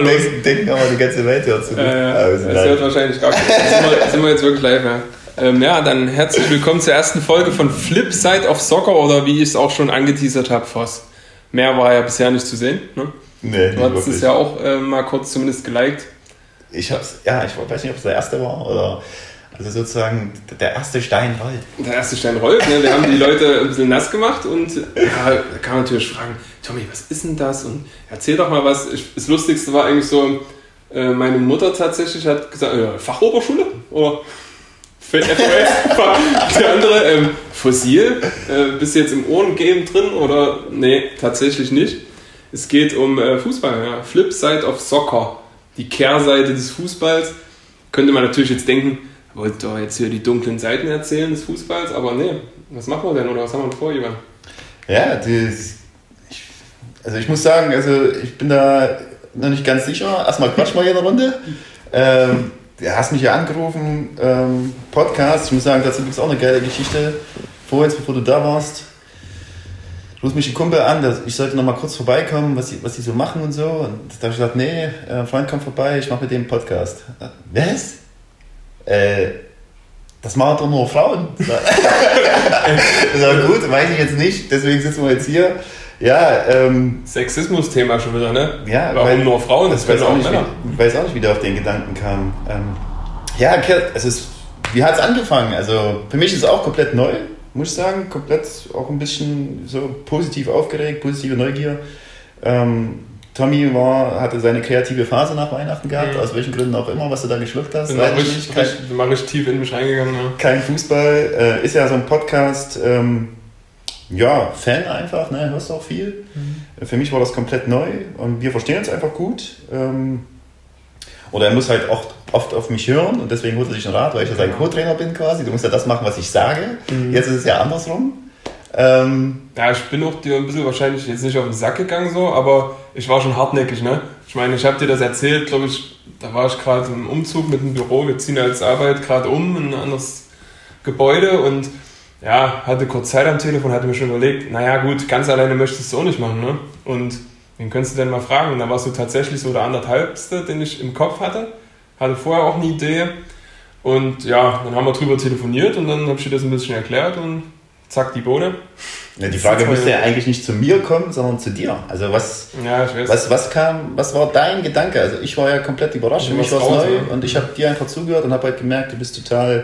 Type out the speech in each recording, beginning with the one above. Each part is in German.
denken aber die ganze Welt hört zu. Das hört wahrscheinlich gar nicht. Sind wir jetzt wirklich live, ja. Ja, dann herzlich willkommen zur ersten Folge von Flip Side of Soccer oder wie ich es auch schon angeteasert habe, Voss. Mehr war ja bisher nicht zu sehen, ne? Nee, du hattest es ja auch mal kurz zumindest geliked. Ich weiß nicht, ob es der erste war oder... Also sozusagen der erste Stein rollt. Der erste Stein rollt, ne? Wir haben die Leute ein bisschen nass gemacht und ja, da kann man natürlich fragen, Tommy, was ist denn das? Und erzähl doch mal was. Das Lustigste war eigentlich so, meine Mutter tatsächlich hat gesagt, Fachoberschule oder FOS? Der andere, Fossil, bist du jetzt im Ohrengame drin oder? Nee, tatsächlich nicht. Es geht um Fußball, ja. Flip Side of Soccer, die Kehrseite des Fußballs. Könnte man natürlich jetzt denken, wollt doch jetzt hier die dunklen Seiten erzählen des Fußballs, aber nee, was machen wir denn oder was haben wir denn vor, Ivan? Ja, ich muss sagen, ich bin da noch nicht ganz sicher. Erstmal quatsch mal hier in der Runde. Du hast mich ja angerufen, Podcast. Ich muss sagen, dazu gibt es auch eine geile Geschichte. Vorhin, bevor du da warst, ruf mich ein Kumpel an, ich sollte noch mal kurz vorbeikommen, was die so machen und so. Und da habe ich gesagt, nee, Freund, komm vorbei, ich mache mit dem einen Podcast. Was? Das machen doch nur Frauen. Das war gut, weiß ich jetzt nicht, deswegen sitzen wir jetzt hier. Ja, Sexismus-Thema schon wieder, ne? Ja, warum nur Frauen? Das weiß auch nicht, ich weiß auch nicht, wie der auf den Gedanken kam. Ja, wie hat es angefangen? Also für mich ist es auch komplett neu, muss ich sagen. Komplett auch ein bisschen so positiv aufgeregt, positive Neugier. Tommy hatte seine kreative Phase nach Weihnachten gehabt, aus welchen Gründen auch immer, was du da geschluckt hast. Bin mal richtig tief in mich reingegangen. Ja. Kein Fußball, ist ja so ein Podcast, Fan einfach, ne, hörst auch viel. Für mich war das komplett neu und wir verstehen uns einfach gut. Oder er muss halt auch oft auf mich hören und deswegen holt er sich einen Rat, weil ich ja sein Co-Trainer bin quasi. Du musst ja das machen, was ich sage. Jetzt ist es ja andersrum. Ja, ich bin auch dir ein bisschen wahrscheinlich jetzt nicht auf den Sack gegangen so, aber ich war schon hartnäckig, ne? Ich meine, ich habe dir das erzählt, glaube ich, da war ich gerade im Umzug mit dem Büro, wir ziehen als Arbeit gerade in ein anderes Gebäude und ja, hatte kurz Zeit am Telefon, hatte mir schon überlegt, naja gut, ganz alleine möchtest du auch nicht machen, ne? Und wen könntest du denn mal fragen? Und da warst du tatsächlich so der anderthalbste, den ich im Kopf hatte vorher auch eine Idee und ja, dann haben wir drüber telefoniert und dann habe ich dir das ein bisschen erklärt und zack, die Bohne. Ja, die Frage müsste ja eigentlich nicht zu mir kommen, sondern zu dir. Also was war dein Gedanke? Also ich war ja komplett überrascht, für mich war es neu und ich habe dir einfach zugehört und habe halt gemerkt, du bist total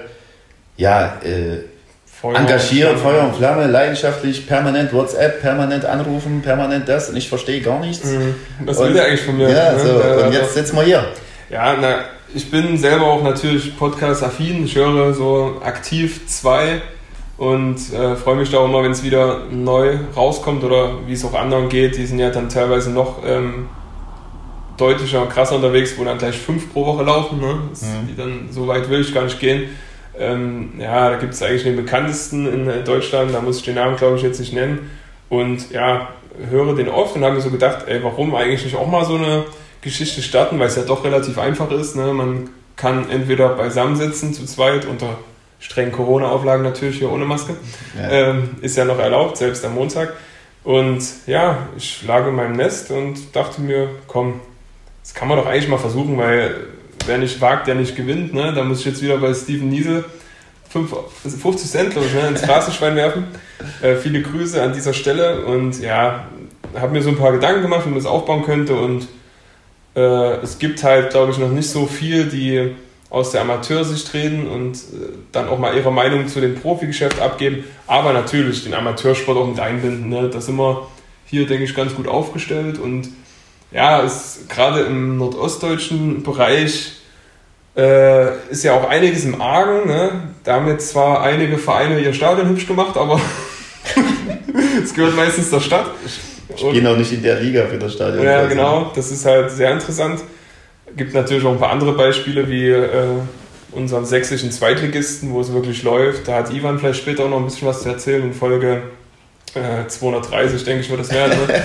engagiert, Feuer und Flamme, leidenschaftlich, permanent WhatsApp, permanent anrufen, permanent das und ich verstehe gar nichts. Was will der eigentlich von mir? Ja, so, und jetzt sitzen wir hier. Ja, ich bin selber auch natürlich Podcast-affin, ich höre so aktiv 2 und freue mich da auch immer, wenn es wieder neu rauskommt oder wie es auch anderen geht. Die sind ja dann teilweise noch deutlicher und krasser unterwegs, wo dann gleich 5 pro Woche laufen. Ne? Die dann, so weit will ich gar nicht gehen. Da gibt es eigentlich den bekanntesten in Deutschland, da muss ich den Namen glaube ich jetzt nicht nennen. Und ja, höre den oft und habe mir so gedacht, warum eigentlich nicht auch mal so eine Geschichte starten, weil es ja doch relativ einfach ist. Ne? Man kann entweder beisammensitzen zu zweit unter strengen Corona-Auflagen natürlich hier ohne Maske. Ja. Ist ja noch erlaubt, selbst am Montag. Und ja, ich lag in meinem Nest und dachte mir, komm, das kann man doch eigentlich mal versuchen, weil wer nicht wagt, der nicht gewinnt. Ne? Da muss ich jetzt wieder bei Steven Niesel 50 Cent, glaube ich, ins Straßenschwein werfen. Viele Grüße an dieser Stelle und ja, habe mir so ein paar Gedanken gemacht, wie man das aufbauen könnte und es gibt halt, glaube ich, noch nicht so viel, die aus der Amateursicht reden und dann auch mal ihre Meinung zu dem Profigeschäft abgeben, aber natürlich den Amateursport auch mit einbinden. Ne? Da sind wir hier, denke ich, ganz gut aufgestellt und ja, ist gerade im nordostdeutschen Bereich ist ja auch einiges im Argen. Ne? Da haben jetzt zwar einige Vereine ihr Stadion hübsch gemacht, aber es gehört meistens der Stadt. Spielen auch nicht in der Liga für das Stadion. Ja, genau, das ist halt sehr interessant. Gibt natürlich auch ein paar andere Beispiele wie unseren sächsischen Zweitligisten, wo es wirklich läuft. Da hat Ivan vielleicht später auch noch ein bisschen was zu erzählen in Folge 230, denke ich, wird das werden. Ne?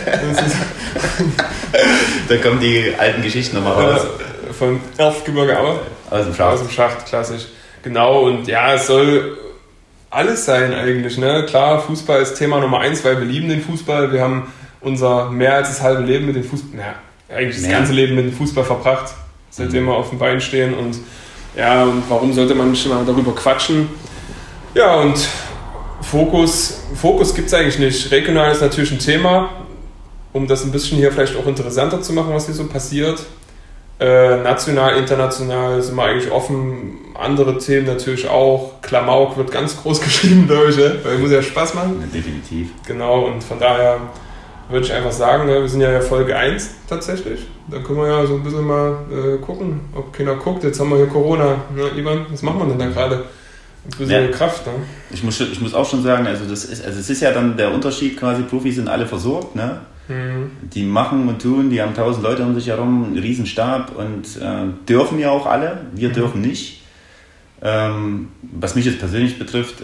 Da kommen die alten Geschichten nochmal raus. Von Erzgebirge Aue. Aus dem Schacht. Aus dem Schacht, klassisch. Genau, und ja, es soll alles sein eigentlich. Ne? Klar, Fußball ist Thema Nummer 1, weil wir lieben den Fußball. Wir haben unser mehr als das halbe Leben mit dem Fußball. Ja, eigentlich das ganze Leben mit dem Fußball verbracht, seitdem wir auf dem Bein stehen und warum sollte man nicht mal darüber quatschen? Ja, und Fokus gibt es eigentlich nicht. Regional ist natürlich ein Thema, um das ein bisschen hier vielleicht auch interessanter zu machen, was hier so passiert. National, international sind wir eigentlich offen. Andere Themen natürlich auch. Klamauk wird ganz groß geschrieben, glaube ich, weil muss ja Spaß machen. Ja, definitiv. Genau, und von daher würde ich einfach sagen, wir sind ja Folge 1 tatsächlich. Da können wir ja so ein bisschen mal gucken, ob keiner guckt. Jetzt haben wir hier Corona. Ne, Ivan, was machen wir denn da gerade? Ein bisschen Kraft, ne? Ich muss auch schon sagen, es ist ja dann der Unterschied quasi, Profis sind alle versorgt, ne? Die machen und tun, die haben 1000 Leute um sich herum, einen riesen Stab und dürfen ja auch alle, wir dürfen nicht. Was mich jetzt persönlich betrifft,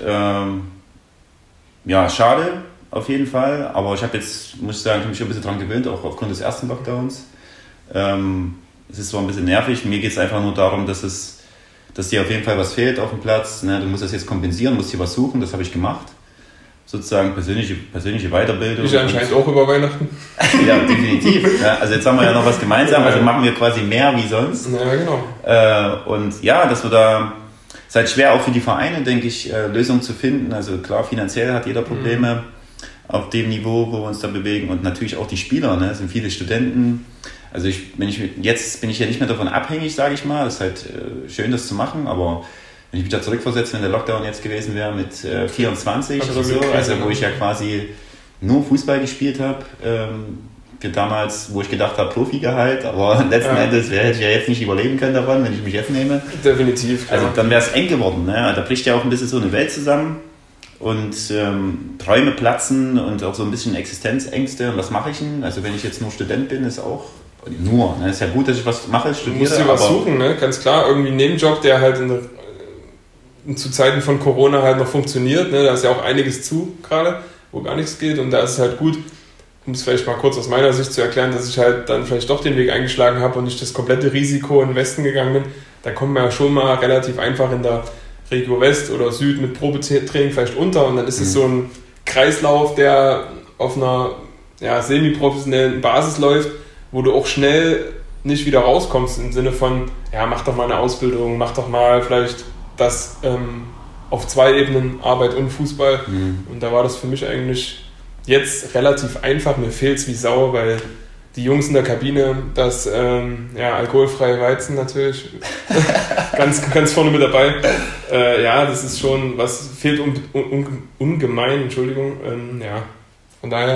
schade auf jeden Fall, aber ich habe jetzt, muss ich sagen, ich habe mich schon ein bisschen dran gewöhnt, auch aufgrund des ersten Lockdowns. Es ist zwar ein bisschen nervig, mir geht es einfach nur darum, dass dir auf jeden Fall was fehlt auf dem Platz, ne? Du musst das jetzt kompensieren, musst dir was suchen, das habe ich gemacht. Sozusagen persönliche Weiterbildung. Ich anscheinend auch über Weihnachten. Ja, definitiv. Ja, also jetzt haben wir ja noch was gemeinsam, also machen wir quasi mehr wie sonst. Ja, genau. Und ja, dass wir da, es ist halt schwer auch für die Vereine, denke ich, Lösungen zu finden. Also klar, finanziell hat jeder Probleme auf dem Niveau, wo wir uns da bewegen und natürlich auch die Spieler, ne? Es sind viele Studenten. Also jetzt bin ich ja nicht mehr davon abhängig, sage ich mal. Es ist halt schön, das zu machen, aber wenn ich mich da zurückversetze, wenn der Lockdown jetzt gewesen wäre mit 24 oder so, also wo ich ja quasi nur Fußball gespielt habe, für damals, wo ich gedacht habe, Profigehalt, aber letzten Endes hätte ich ja jetzt nicht überleben können davon, wenn ich mich jetzt nehme. Definitiv, klar. Also dann wäre es eng geworden, ne? Da bricht ja auch ein bisschen so eine Welt zusammen und Träume platzen und auch so ein bisschen Existenzängste. Und was mache ich denn? Also wenn ich jetzt nur Student bin, ist auch nur, ne? Ist ja gut, dass ich was mache, studiere. Du musst dir was suchen, ne? Ganz klar, irgendwie einen Nebenjob, der halt zu Zeiten von Corona halt noch funktioniert, ne? Da ist ja auch einiges zu gerade, wo gar nichts geht und da ist es halt gut, um es vielleicht mal kurz aus meiner Sicht zu erklären, dass ich halt dann vielleicht doch den Weg eingeschlagen habe und nicht das komplette Risiko in den Westen gegangen bin. Da kommen wir ja schon mal relativ einfach in der Regio West oder Süd mit Probetraining vielleicht unter und dann ist es so ein Kreislauf, der auf einer semi-professionellen Basis läuft, wo du auch schnell nicht wieder rauskommst im Sinne von, mach doch mal eine Ausbildung, mach doch mal vielleicht das auf 2 Ebenen, Arbeit und Fußball. Und da war das für mich eigentlich jetzt relativ einfach. Mir fehlt es wie Sau, weil die Jungs in der Kabine, das alkoholfreie Weizen natürlich ganz vorne mit dabei. Das ist schon, was fehlt ungemein, Entschuldigung. Von daher.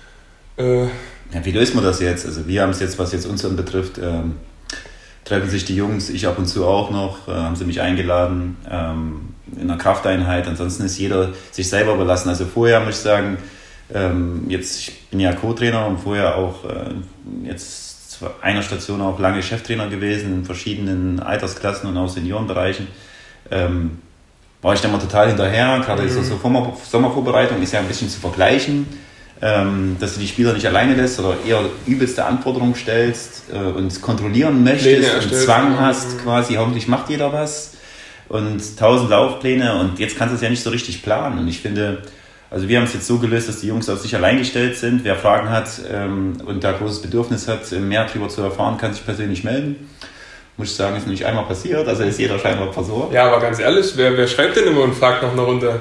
Wie löst man das jetzt? Also wir haben es jetzt, was jetzt uns betrifft, treffen sich die Jungs, ich ab und zu auch noch, haben sie mich eingeladen in einer Krafteinheit. Ansonsten ist jeder sich selber überlassen. Also vorher muss ich sagen, ich bin ja Co-Trainer und vorher auch jetzt zu einer Station auch lange Cheftrainer gewesen in verschiedenen Altersklassen und auch Seniorenbereichen. War ich dann mal total hinterher, gerade so Sommervorbereitung ist ja ein bisschen zu vergleichen. Dass du die Spieler nicht alleine lässt oder eher übelste Anforderungen stellst und kontrollieren möchtest und Zwang hast, quasi, hoffentlich macht jeder was und 1000 Laufpläne und jetzt kannst du es ja nicht so richtig planen und ich finde, also wir haben es jetzt so gelöst, dass die Jungs auf sich allein gestellt sind, wer Fragen hat und da großes Bedürfnis hat, mehr darüber zu erfahren, kann sich persönlich melden. Muss ich sagen, ist nicht einmal passiert, also ist jeder scheinbar versorgt. Ja, aber ganz ehrlich, wer schreibt denn immer und fragt nach einer Runde?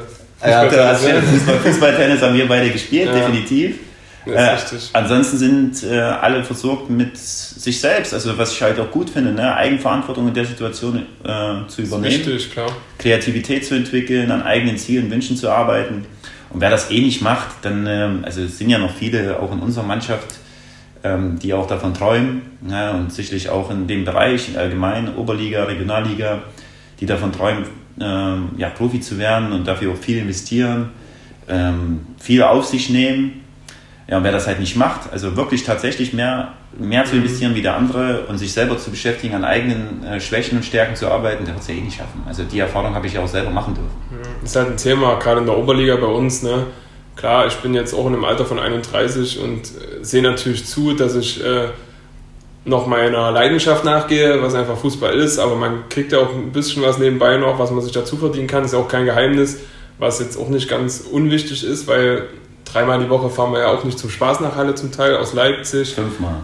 Fußball, Tennis haben wir beide gespielt, definitiv. Ansonsten sind alle versorgt mit sich selbst, also was ich halt auch gut finde, ne? Eigenverantwortung in der Situation zu übernehmen, richtig, klar. Kreativität zu entwickeln, an eigenen Zielen, Wünschen zu arbeiten. Und wer das nicht macht, dann, also es sind ja noch viele, auch in unserer Mannschaft, die auch davon träumen, ne? Und sicherlich auch in dem Bereich allgemein, Oberliga, Regionalliga, die davon träumen, Profi zu werden und dafür auch viel investieren, viel auf sich nehmen. Ja, und wer das halt nicht macht, also wirklich tatsächlich mehr zu investieren wie der andere und sich selber zu beschäftigen, an eigenen Schwächen und Stärken zu arbeiten, der wird es ja nicht schaffen. Also die Erfahrung habe ich ja auch selber machen dürfen. Das ist halt ein Thema, gerade in der Oberliga bei uns, ne? Klar, ich bin jetzt auch in einem Alter von 31 und sehe natürlich zu, dass ich noch meiner Leidenschaft nachgehe, was einfach Fußball ist, aber man kriegt ja auch ein bisschen was nebenbei noch, was man sich dazu verdienen kann, ist ja auch kein Geheimnis, was jetzt auch nicht ganz unwichtig ist, weil 3-mal die Woche fahren wir ja auch nicht zum Spaß nach Halle zum Teil, aus Leipzig. 5-mal.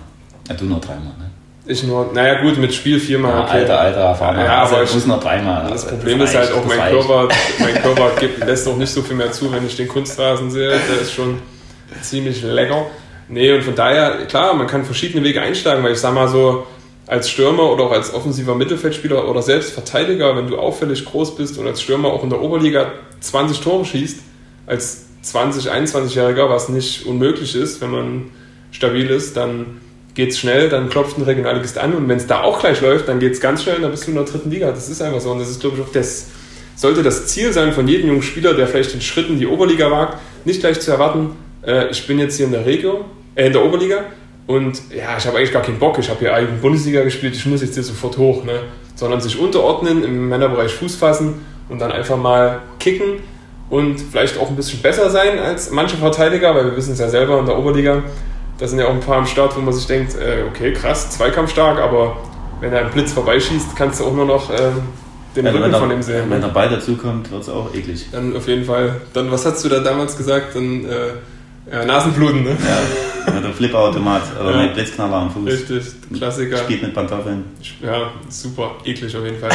Ja, du nur 3 Mal, ne? Ich nur, naja gut, mit Spiel 4 Mal. Ja, okay. Alter, erfahren. Ja, aber ich muss noch 3 Mal. Das Problem ist halt auch, mein Körper lässt auch nicht so viel mehr zu, wenn ich den Kunstrasen sehe. Der ist schon ziemlich lecker. Nee, und von daher, klar, man kann verschiedene Wege einschlagen, weil ich sag mal so, als Stürmer oder auch als offensiver Mittelfeldspieler oder selbst Verteidiger, wenn du auffällig groß bist und als Stürmer auch in der Oberliga 20 Tore schießt, als 20-, 21-Jähriger, was nicht unmöglich ist, wenn man stabil ist, dann geht's schnell, dann klopft ein Regionalligist an und wenn es da auch gleich läuft, dann geht's ganz schnell und dann bist du in der 3. Liga. Das ist einfach so und das ist, glaube ich, auch sollte das Ziel sein von jedem jungen Spieler, der vielleicht den Schritt in die Oberliga wagt, nicht gleich zu erwarten, ich bin jetzt hier in der Oberliga und ja, ich habe eigentlich gar keinen Bock, ich habe hier eigentlich Bundesliga gespielt, ich muss jetzt hier sofort hoch, ne? Sondern sich unterordnen, im Männerbereich Fuß fassen und dann einfach mal kicken und vielleicht auch ein bisschen besser sein als manche Verteidiger, weil wir wissen es ja selber in der Oberliga, da sind ja auch ein paar am Start, wo man sich denkt, okay, krass, zweikampfstark, aber wenn er einen Blitz vorbeischießt, kannst du auch nur noch den Rücken von ihm sehen. Wenn der Ball dazukommt, wird es auch eklig. Dann auf jeden Fall. Dann, was hast du da damals gesagt? Dann Nasenbluten, ne? Ja, mit dem Flipperautomat oder mit Blitzknaller am Fuß. Richtig, Klassiker. Spielt mit Pantoffeln. Ja, super, eklig auf jeden Fall.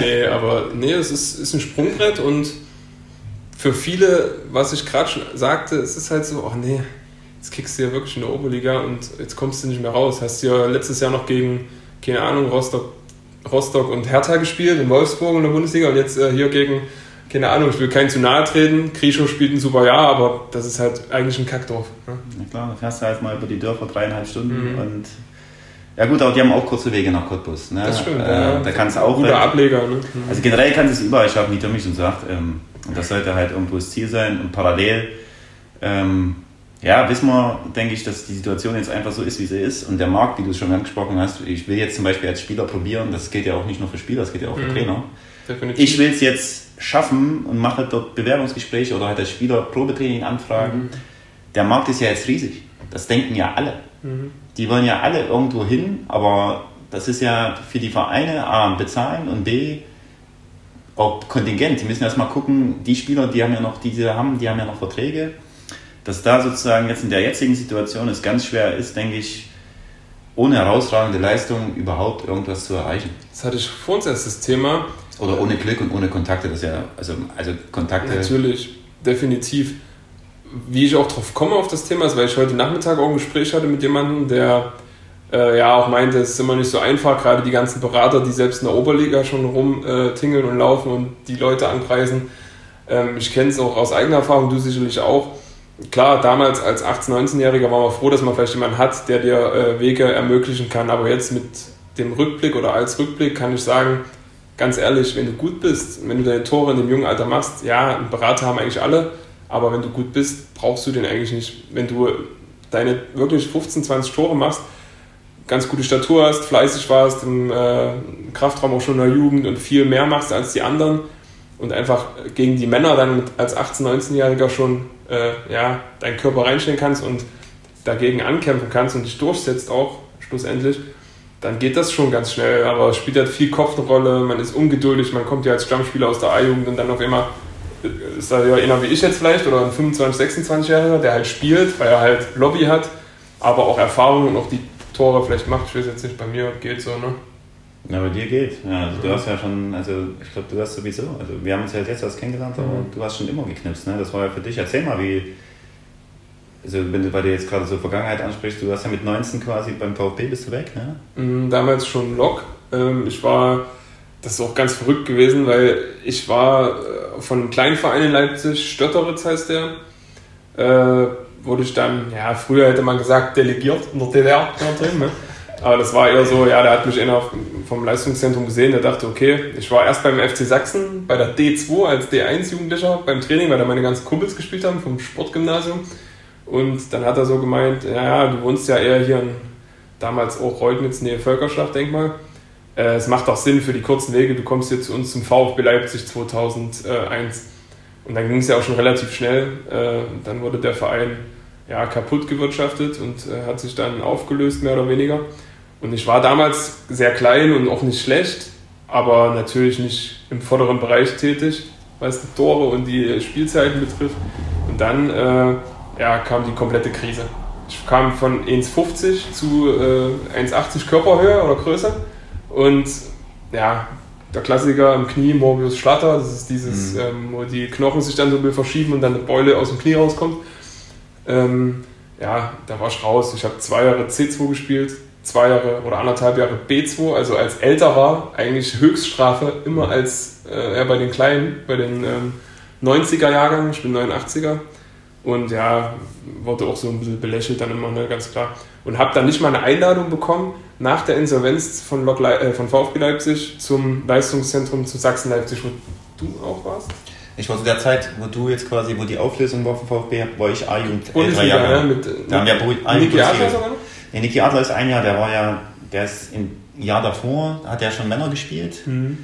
Es ist ein Sprungbrett und für viele, was ich gerade schon sagte, es ist halt so, jetzt kickst du ja wirklich in der Oberliga und jetzt kommst du nicht mehr raus. Hast du ja letztes Jahr noch gegen, keine Ahnung, Rostock und Hertha gespielt in Wolfsburg in der Bundesliga und jetzt hier gegen, keine Ahnung, ich will keinen zu nahe treten. Krischow spielt ein super Jahr, aber das ist halt eigentlich ein Kackdorf. Ne? Na klar, da fährst du halt mal über die Dörfer 3,5 Stunden und ja gut, aber die haben auch kurze Wege nach Cottbus. Ne? Das stimmt, da kannst du auch... Guter Ableger. Ne? Also generell kannst du es überall schaffen, wie Tommy schon sagt. Und das sollte halt irgendwo das Ziel sein und parallel wissen wir, denke ich, dass die Situation jetzt einfach so ist, wie sie ist. Und der Markt, wie du es schon angesprochen hast, ich will jetzt zum Beispiel als Spieler probieren, das gilt ja auch nicht nur für Spieler, das gilt ja auch für Trainer. Definitiv. Ich will es jetzt schaffen und mache dort Bewerbungsgespräche oder halt als Spieler Probetraining anfragen. Der Markt ist ja jetzt riesig. Das denken ja alle. Die wollen ja alle irgendwo hin, aber das ist ja für die Vereine A, bezahlen und B, auch Kontingent. Die müssen erst mal gucken, die Spieler, die haben ja noch Verträge. Dass da sozusagen jetzt in der jetzigen Situation es ganz schwer ist, denke ich, ohne herausragende Leistung überhaupt irgendwas zu erreichen. Das hatte ich vor uns erst das Thema. Oder ohne Glück und ohne Kontakte, das ist ja, also Kontakte... Natürlich, definitiv. Wie ich auch drauf komme auf das Thema, ist, weil ich heute Nachmittag auch ein Gespräch hatte mit jemandem, der auch meinte, es ist immer nicht so einfach, gerade die ganzen Berater, die selbst in der Oberliga schon rumtingeln und laufen und die Leute anpreisen. Ich kenne es auch aus eigener Erfahrung, du sicherlich auch. Klar, damals als 18-, 19-Jähriger waren wir froh, dass man vielleicht jemanden hat, der dir Wege ermöglichen kann. Aber jetzt mit dem Rückblick oder als Rückblick kann ich sagen, ganz ehrlich, wenn du gut bist, wenn du deine Tore in dem jungen Alter machst, ja, einen Berater haben eigentlich alle, aber wenn du gut bist, brauchst du den eigentlich nicht. Wenn du deine wirklich 15, 20 Tore machst, ganz gute Statur hast, fleißig warst, im Kraftraum auch schon in der Jugend und viel mehr machst als die anderen und einfach gegen die Männer dann als 18-, 19-Jähriger schon deinen Körper reinstellen kannst und dagegen ankämpfen kannst und dich durchsetzt auch schlussendlich, dann geht das schon ganz schnell. Aber es spielt halt viel Kopf eine Rolle, man ist ungeduldig, man kommt ja als Stammspieler aus der A-Jugend und dann auf einmal ist da ja einer wie ich jetzt vielleicht oder ein 25-, 26-Jähriger, der halt spielt, weil er halt Lobby hat, aber auch Erfahrung und auch die Tore vielleicht macht. Ich weiß jetzt nicht, bei mir geht so, ne? Ja, bei dir geht. Ja, also du hast ja schon, ich glaube, du hast sowieso, also wir haben uns ja jetzt erst kennengelernt, aber du hast schon immer geknipst, ne? Das war ja für dich. Erzähl mal, wenn du bei dir jetzt gerade so Vergangenheit ansprichst, du hast ja mit 19 quasi beim VfB bist du weg, ne? Damals schon Lok. Das ist auch ganz verrückt gewesen, weil ich war von einem kleinen Verein in Leipzig, Stötteritz heißt der, wurde ich dann, früher hätte man gesagt, delegiert in der DDR drin, ne? Aber das war eher so, der hat mich vom Leistungszentrum gesehen, der dachte, okay, ich war erst beim FC Sachsen, bei der D2 als D1-Jugendlicher beim Training, weil da meine ganzen Kumpels gespielt haben vom Sportgymnasium. Und dann hat er so gemeint, du wohnst ja eher hier in damals auch Reutnitz, Nähe Völkerschlachtdenkmal. Es macht auch Sinn für die kurzen Wege, du kommst hier zu uns zum VfB Leipzig 2001. Und dann ging es ja auch schon relativ schnell. Dann wurde der Verein kaputt gewirtschaftet und hat sich dann aufgelöst, mehr oder weniger. Und ich war damals sehr klein und auch nicht schlecht, aber natürlich nicht im vorderen Bereich tätig, was die Tore und die Spielzeiten betrifft. Und dann kam die komplette Krise. Ich kam von 1,50 zu 1,80 Körperhöhe oder Größe und ja, der Klassiker im Knie, Morbius Schlatter, das ist dieses, wo die Knochen sich dann so ein bisschen verschieben und dann eine Beule aus dem Knie rauskommt. Ja, da war ich raus. Ich habe 2 Jahre C2 gespielt, 2 Jahre oder 1,5 Jahre B2, also als Älterer eigentlich Höchststrafe, immer als bei den Kleinen, bei den 90er-Jahrgang, ich bin 89er. Und ja, wurde auch so ein bisschen belächelt dann immer, ne, ganz klar. Und habe dann nicht mal eine Einladung bekommen nach der Insolvenz von VfB Leipzig zum Leistungszentrum zu Sachsen-Leipzig, wo du auch warst. Ich war zu der Zeit, wo die Auflösung war vom VfB, war ich A-Jugend. Bundesliga, ne? Da haben wir Niki Adler sogar noch? Nee, Niki Adler ist ein Jahr, der ist im Jahr davor, hat er schon Männer gespielt.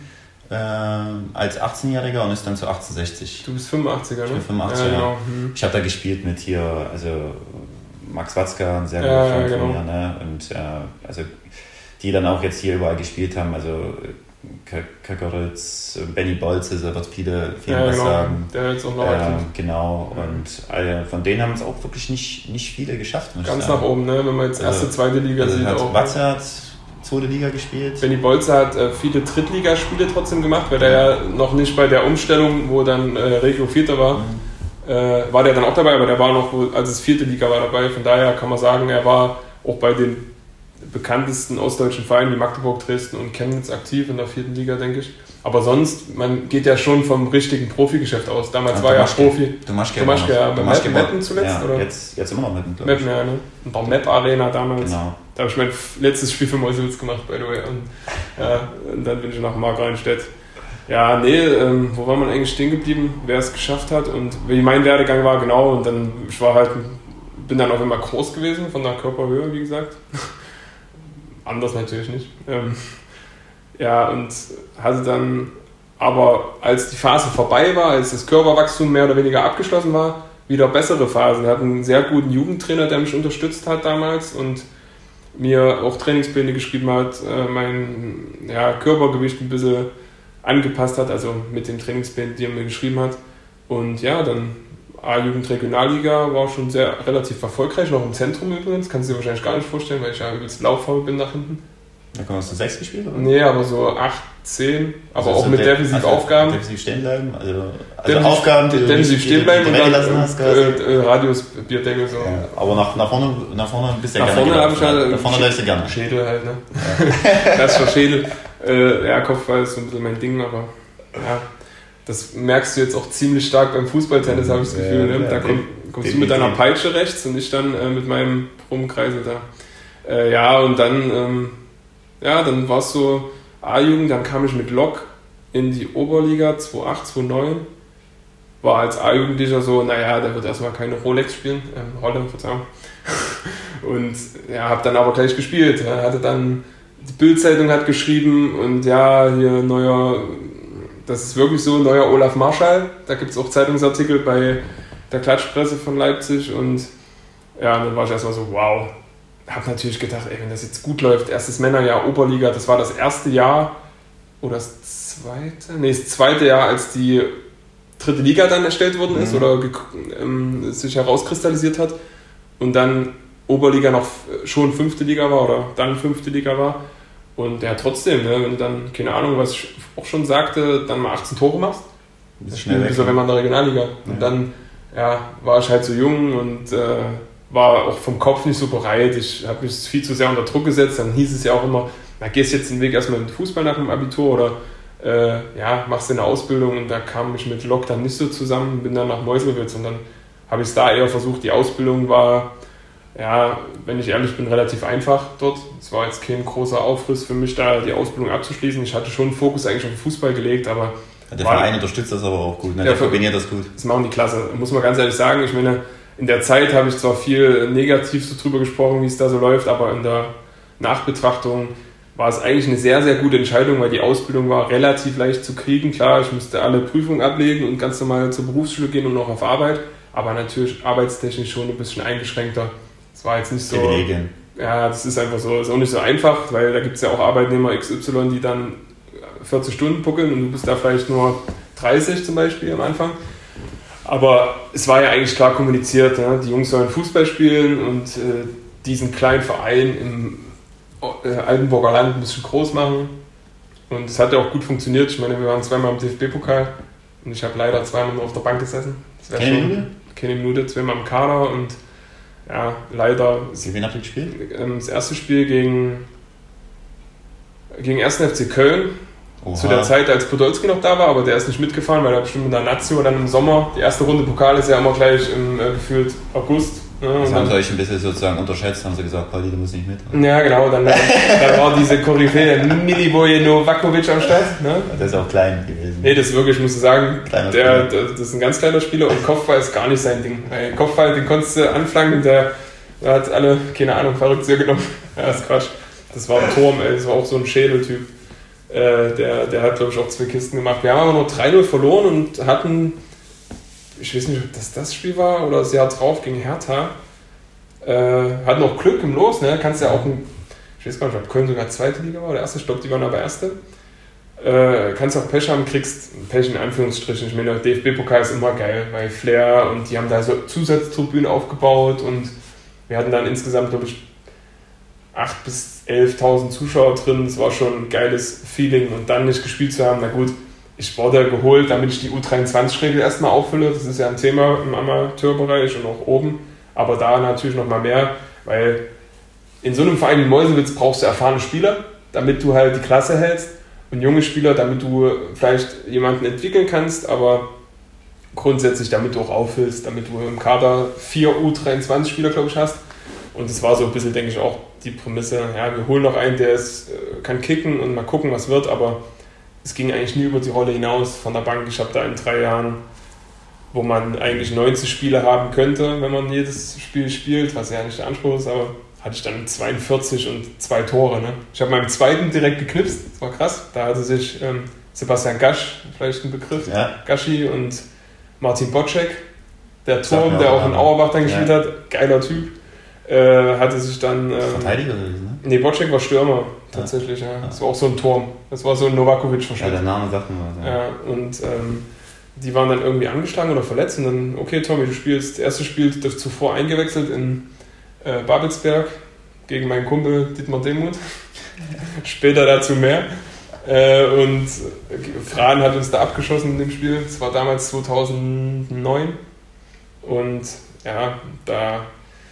Als 18-Jähriger und ist dann zu 1860. Du bist 85er, ne? Ich bin 85er. Ja, genau. Ich habe da gespielt mit hier, also Max Watzka, ein sehr guter Freund von mir, ne? Und also die dann auch jetzt hier überall gespielt haben, also Köckeritz, Benny Bolze, so wird viele was sagen. Der jetzt auch noch genau, und von denen haben es auch wirklich nicht viele geschafft. Ganz nach oben, ne? Wenn man jetzt erste, zweite Liga sieht. Watze hat zweite Liga gespielt. Benny Bolze hat viele Drittligaspiele trotzdem gemacht, weil der ja noch nicht bei der Umstellung, wo dann Regio Vierter war, war der dann auch dabei, aber der war noch, als es 4. Liga war, dabei. Von daher kann man sagen, er war auch bei den bekanntesten ostdeutschen Vereinen wie Magdeburg, Dresden und Chemnitz aktiv in der 4. Liga, denke ich. Aber sonst, man geht ja schon vom richtigen Profigeschäft aus. Damals war ja Profi. Domaschke bei Meppen zuletzt, ja, oder? Jetzt immer noch Meppen, glaube ich. Meppen, ja, ne? In der Mepp-Arena damals. Genau. Da habe ich mein letztes Spiel für Meuselwitz gemacht, by the way. Und dann bin ich nach Markranstädt. Ja, nee, wo war man eigentlich stehen geblieben, wer es geschafft hat und wie mein Werdegang war, genau. Und dann, bin dann auch immer groß gewesen, von der Körperhöhe, wie gesagt. Anders natürlich nicht. Ja, und hatte dann, aber als die Phase vorbei war, als das Körperwachstum mehr oder weniger abgeschlossen war, wieder bessere Phasen. Wir hatten einen sehr guten Jugendtrainer, der mich unterstützt hat damals und mir auch Trainingspläne geschrieben hat, mein Körpergewicht ein bisschen angepasst hat, also mit den Trainingsplänen, die er mir geschrieben hat. Und ja, dann A-Jugend Regionalliga war schon relativ erfolgreich, noch im Zentrum übrigens, kannst du dir wahrscheinlich gar nicht vorstellen, weil ich ja übelst lauffaul bin nach hinten. Da hast du 6 gespielt, oder? Nee, aber so 8, 10, aber also auch mit Defensivaufgaben. Defensiv stehen bleiben? Also Aufgaben, die defensiv stehen bleiben und dann Radius, Bierdeckel so. Ja, aber nach vorne bist du ja gerne. Nach vorne läufst du gerne. Schädel halt, ne? Ja. Das war Schädel. Kopfball ist so ein bisschen mein Ding, aber ja. Das merkst du jetzt auch ziemlich stark beim Fußballtennis, habe ich das Gefühl. Ne? Da kommst du mit deiner Peitsche rechts und ich dann mit meinem Rumkreisel da. Und dann, dann war es so A-Jugend, dann kam ich mit Lok in die Oberliga 2.8, 2.9. War als A-Jugendlicher so, der wird erstmal keine Rolex spielen, Rolle, Verzeihung. Und habe dann aber gleich gespielt. Hatte dann, die Bild-Zeitung hat geschrieben und hier das ist wirklich so, neuer Olaf Marschall. Da gibt es auch Zeitungsartikel bei der Klatschpresse von Leipzig und dann war ich erstmal so, wow. Hab natürlich gedacht, wenn das jetzt gut läuft, erstes Männerjahr Oberliga, das war das erste Jahr oder das zweite Jahr, als die 3. Liga dann erstellt worden ist oder sich herauskristallisiert hat und dann Oberliga noch schon 5. Liga war oder dann 5. Liga war. Und trotzdem, wenn du dann, keine Ahnung, was ich auch schon sagte, dann mal 18 Tore machst, das schnell weg, wenn man in der Regionalliga. Und dann war ich halt so jung und war auch vom Kopf nicht so bereit. Ich habe mich viel zu sehr unter Druck gesetzt. Dann hieß es ja auch immer, gehst jetzt den Weg erstmal mit Fußball nach dem Abitur oder machst du eine Ausbildung. Und da kam ich mit Lok dann nicht so zusammen, bin dann nach Meuselwitz und dann habe ich es da eher versucht. Die Ausbildung war, wenn ich ehrlich bin, relativ einfach dort. Es war jetzt kein großer Aufriss für mich, da die Ausbildung abzuschließen. Ich hatte schon einen Fokus eigentlich auf den Fußball gelegt, aber der Verein unterstützt das aber auch gut, ne? Der kombiniert das gut. Das machen die klasse, muss man ganz ehrlich sagen. Ich meine, in der Zeit habe ich zwar viel negativ so drüber gesprochen, wie es da so läuft, aber in der Nachbetrachtung war es eigentlich eine sehr, sehr gute Entscheidung, weil die Ausbildung war relativ leicht zu kriegen. Klar, ich musste alle Prüfungen ablegen und ganz normal zur Berufsschule gehen und noch auf Arbeit, aber natürlich arbeitstechnisch schon ein bisschen eingeschränkter. Es war jetzt nicht so... Privilegien. Ja, das ist einfach so, ist auch nicht so einfach, weil da gibt es ja auch Arbeitnehmer XY, die dann 40 Stunden puckeln und du bist da vielleicht nur 30 zum Beispiel am Anfang. Aber es war ja eigentlich klar kommuniziert, ne? Die Jungs sollen Fußball spielen und diesen kleinen Verein im Altenburger Land ein bisschen groß machen. Und es hat ja auch gut funktioniert. Ich meine, wir waren zweimal im DFB-Pokal und ich habe leider zweimal nur auf der Bank gesessen. Keine Minute, zweimal im Kader und ja, leider. Wen habt ihr gespielt? Das erste Spiel gegen 1. FC Köln. Oha. Zu der Zeit, als Podolski noch da war, aber der ist nicht mitgefahren, weil er bestimmt mit der Nazio dann im Sommer, die erste Runde Pokal ist ja immer gleich im gefühlt August. Ja, das haben sie euch ein bisschen sozusagen unterschätzt, haben sie gesagt, Pauli, du musst nicht mit. Ja, genau, dann war diese Koryphäe Milivoje Novakovic am Start. Ne? Der ist auch klein gewesen. Nee, das ist wirklich, musst du sagen, das ist ein ganz kleiner Spieler und Kopfball ist gar nicht sein Ding. Weil Kopfball, den konntest du anflanken, der hat alle, keine Ahnung, verrückt sehr genommen. Ja, das ist Quatsch. Das war ein Turm, ey. Das war auch so ein Schädeltyp. Der hat, glaube ich, auch 2 Kisten gemacht. Wir haben aber nur 3-0 verloren und hatten, ich weiß nicht, ob das Spiel war oder das Jahr drauf gegen Hertha, hatten auch Glück im Los, ne? Kannst ja auch, ich weiß gar nicht, ob Köln sogar zweite Liga war oder erste, ich glaube, die waren aber erste. Kannst auch Pech haben, kriegst Pech in Anführungsstrichen. Ich meine, der DFB-Pokal ist immer geil, weil Flair und die haben da so Zusatztribünen aufgebaut und wir hatten dann insgesamt, glaube ich, 8.000 bis 11.000 Zuschauer drin. Das war schon ein geiles Feeling und dann nicht gespielt zu haben. Na gut, ich wurde geholt, damit ich die U23-Regel erstmal auffülle. Das ist ja ein Thema im Amateurbereich und auch oben. Aber da natürlich noch mal mehr, weil in so einem Verein wie Meuselwitz brauchst du erfahrene Spieler, damit du halt die Klasse hältst und junge Spieler, damit du vielleicht jemanden entwickeln kannst, aber grundsätzlich damit du auch auffüllst, damit du im Kader 4 U23-Spieler, glaube ich, hast. Und das war so ein bisschen, denke ich, auch die Prämisse, ja, wir holen noch einen, der kann kicken und mal gucken, was wird, aber es ging eigentlich nie über die Rolle hinaus von der Bank. Ich habe da in 3 Jahren, wo man eigentlich 90 Spiele haben könnte, wenn man jedes Spiel spielt, was ja nicht der Anspruch ist, aber hatte ich dann 42 und 2 Tore. Ne? Ich habe meinem zweiten direkt geknipst, das war krass. Da hatte sich Sebastian Gasch, vielleicht ein Begriff, ja. Gaschi und Martin Bocek, der Turm, der auch in Auerbach dann gespielt hat, geiler Typ. Hatte sich dann... Verteidiger gewesen, ne? Nee, Bocek war Stürmer, tatsächlich, ja. Das war auch so ein Turm. Das war so ein Novakovic-Verschnitt. Ja, der Name sagt mir was. Ja, und die waren dann irgendwie angeschlagen oder verletzt und dann, okay, Tommy, du spielst, das erste Spiel zuvor eingewechselt in Babelsberg gegen meinen Kumpel Dietmar Demuth. Später dazu mehr. Und Fran hat uns da abgeschossen in dem Spiel. Das war damals 2009. Und ja, da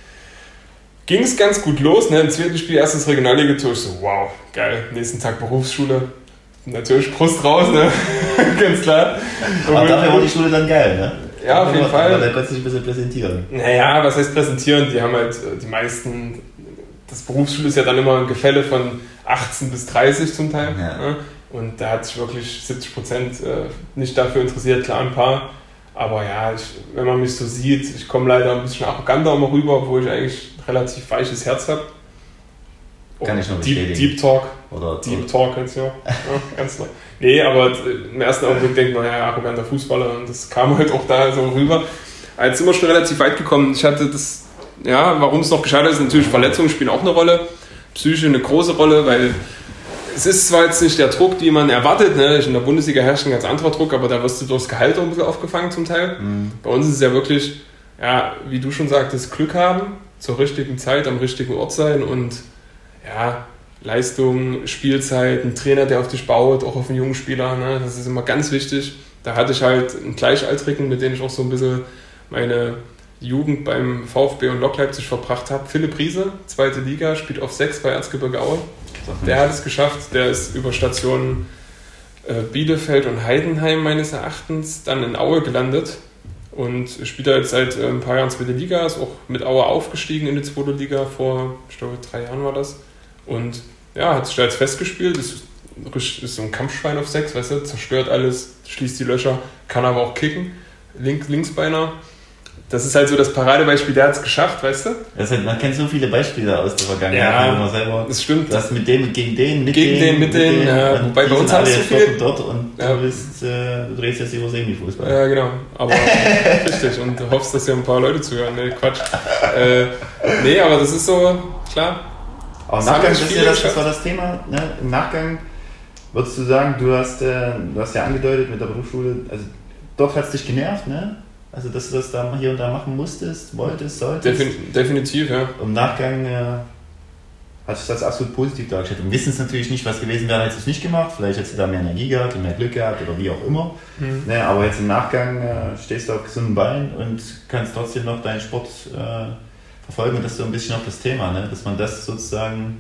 ging es ganz gut los. Ne? Im zweiten Spiel erstes Regionalliga-Tor. Ich so, wow, geil. Nächsten Tag Berufsschule. Natürlich Brust raus, ne? Ganz klar. Aber dafür war die Schule dann geil, ne? Ja, auf jeden Fall. Aber da konntest du dich ein bisschen präsentieren. Naja, was heißt präsentieren? Die haben halt die meisten, das Berufsschule ist ja dann immer ein Gefälle von 18 bis 30 zum Teil. Ja. Ne? Und da hat sich wirklich 70% nicht dafür interessiert, klar ein paar. Aber ja, wenn man mich so sieht, ich komme leider ein bisschen arroganter immer rüber, obwohl ich eigentlich ein relativ weiches Herz habe. Kann ich noch bestätigen. Deep Talk. Deep Talk jetzt, ja. Ganz neu. Nee, aber im ersten Augenblick denkt man, ja, arroganter Fußballer und das kam halt auch da so rüber. Jetzt sind wir schon relativ weit gekommen. Ich hatte das, ja, warum es noch gescheitert ist, natürlich Verletzungen spielen auch eine Rolle. Psyche eine große Rolle, weil es ist zwar jetzt nicht der Druck, den man erwartet, ne? In der Bundesliga herrscht ein ganz anderer Druck, aber da wirst du durchs Gehalt auch ein bisschen aufgefangen zum Teil. Bei uns ist es ja wirklich, ja, wie du schon sagtest, Glück haben, zur richtigen Zeit, am richtigen Ort sein und ja, Leistung, Spielzeit, ein Trainer, der auf dich baut, auch auf einen jungen Spieler, ne? Das ist immer ganz wichtig. Da hatte ich halt einen Gleichaltrigen, mit dem ich auch so ein bisschen meine Jugend beim VfB und Lok Leipzig verbracht habe. Philipp Riese, 2. Liga, spielt auf 6 bei Erzgebirge Aue. Der hat es geschafft, der ist über Stationen Bielefeld und Heidenheim meines Erachtens dann in Aue gelandet und spielt da jetzt seit ein paar Jahren 2. Liga, ist auch mit Aue aufgestiegen in die 2. Liga, vor, ich glaube, 3 Jahren war das. Und ja, hat sich da jetzt festgespielt, ist so ein Kampfschwein auf 6, weißt du, zerstört alles, schließt die Löcher, kann aber auch kicken, Linksbeiner. Das ist halt so das Paradebeispiel, der hat es geschafft, weißt du? Halt, man kennt so viele Beispiele aus der Vergangenheit. Ja, selber, das stimmt. Das mit dem, gegen den, mit den. Ja, wobei bei uns hast du viel... Dort und ja. Du drehst jetzt über Semi-Fußball. Ja, genau. Aber richtig. Und du hoffst, dass hier ein paar Leute zuhören. Nee, Quatsch. Nee, aber das ist so, klar. Aber im Nachgang, das war das Thema. Ne? Im Nachgang würdest du sagen, du hast ja angedeutet mit der Berufsschule, also dort hat es dich genervt, ne? Also, dass du das da hier und da machen musstest, wolltest, solltest? Definitiv, ja. Im Nachgang hat sich das absolut positiv dargestellt. Und wissen es natürlich nicht, was gewesen wäre, hättest du es nicht gemacht. Vielleicht hättest du da mehr Energie gehabt und mehr Glück gehabt oder wie auch immer. Ne, aber jetzt im Nachgang stehst du auf gesunden Beinen und kannst trotzdem noch deinen Sport verfolgen. Und das ist so ein bisschen auch das Thema, ne? Dass man das sozusagen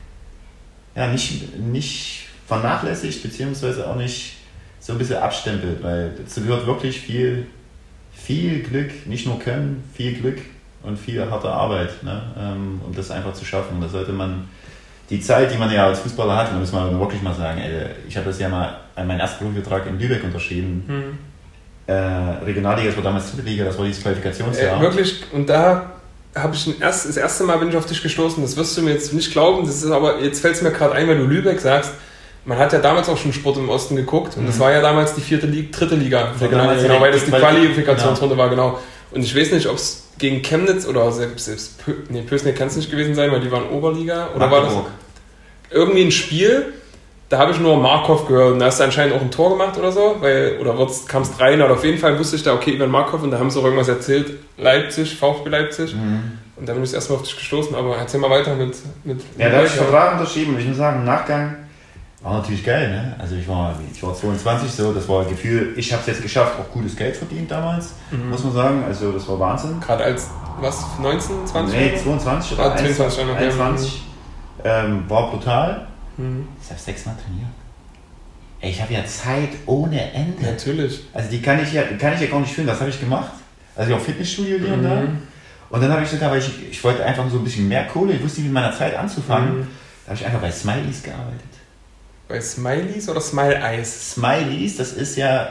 nicht vernachlässigt, beziehungsweise auch nicht so ein bisschen abstempelt, weil dazu gehört wirklich viel Glück, nicht nur Können, viel Glück und viel harte Arbeit, ne? Um das einfach zu schaffen. Da sollte man die Zeit, die man ja als Fußballer hat, und da muss man wirklich mal sagen, ich habe das ja mal an meinen ersten Profivertrag in Lübeck unterschrieben. Regionalliga, das war damals dritte Liga, das war dieses Qualifikationsjahr. Wirklich, und da habe ich das erste Mal bin ich auf dich gestoßen, das wirst du mir jetzt nicht glauben, das ist aber, jetzt fällt es mir gerade ein, weil du Lübeck sagst, man hat ja damals auch schon Sport im Osten geguckt und das war ja damals die dritte Liga, genau, weil das die Qualifikationsrunde war, genau. Und ich weiß nicht, ob es gegen Chemnitz oder selbst Pößneck kann es nicht gewesen sein, weil die waren Oberliga, oder war das irgendwie ein Spiel, da habe ich nur Markov gehört und da hast du anscheinend auch ein Tor gemacht oder so, kamst rein, oder auf jeden Fall wusste ich da, okay, Ivan Markov, und da haben sie auch irgendwas erzählt, VfB Leipzig, und da bin ich erstmal auf dich gestoßen, aber erzähl mal weiter mit ja, da habe ich Vertrag unterschrieben und ich muss sagen, im Nachgang war natürlich geil, ne? Also ich war 22 so, das war ein Gefühl, ich habe es jetzt geschafft, auch gutes Geld verdient damals, muss man sagen, also das war Wahnsinn. Gerade als, 19, 20? Nee, 22 oder 21, war brutal. Ich habe 6-mal trainiert. Ey, ich habe ja Zeit ohne Ende. Natürlich. Also die kann ich ja gar nicht fühlen, was habe ich gemacht? Also ich war Fitnessstudio hier und da. Und dann habe ich sogar, weil ich wollte einfach so ein bisschen mehr Kohle, ich wusste nicht mit meiner Zeit anzufangen, da habe ich einfach bei Smileys gearbeitet. Bei Smileys oder Smile Eis? Smileys, das ist ja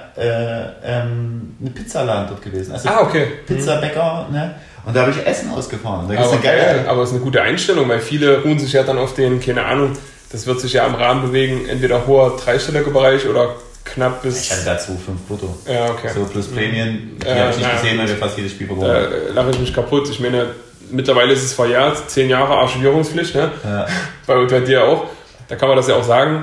eine Pizzaladen dort gewesen. Also okay. Pizzabäcker, ne? Und da habe ich Essen ausgefahren. Da aber geil, aber es ist eine gute Einstellung, weil viele ruhen sich ja dann auf den, keine Ahnung, das wird sich ja am Rahmen bewegen, entweder hoher dreistelliger Bereich oder knapp bis... Ich hatte dazu 5 brutto. Ja, okay. So plus Prämien, die habe ich nicht gesehen, weil wir fast jedes Spiel verloren haben. Lache ich mich kaputt. Ich meine, mittlerweile ist es verjährt, 10 Jahre Archivierungspflicht, ne? Ja. Bei dir auch. Da kann man das ja auch sagen.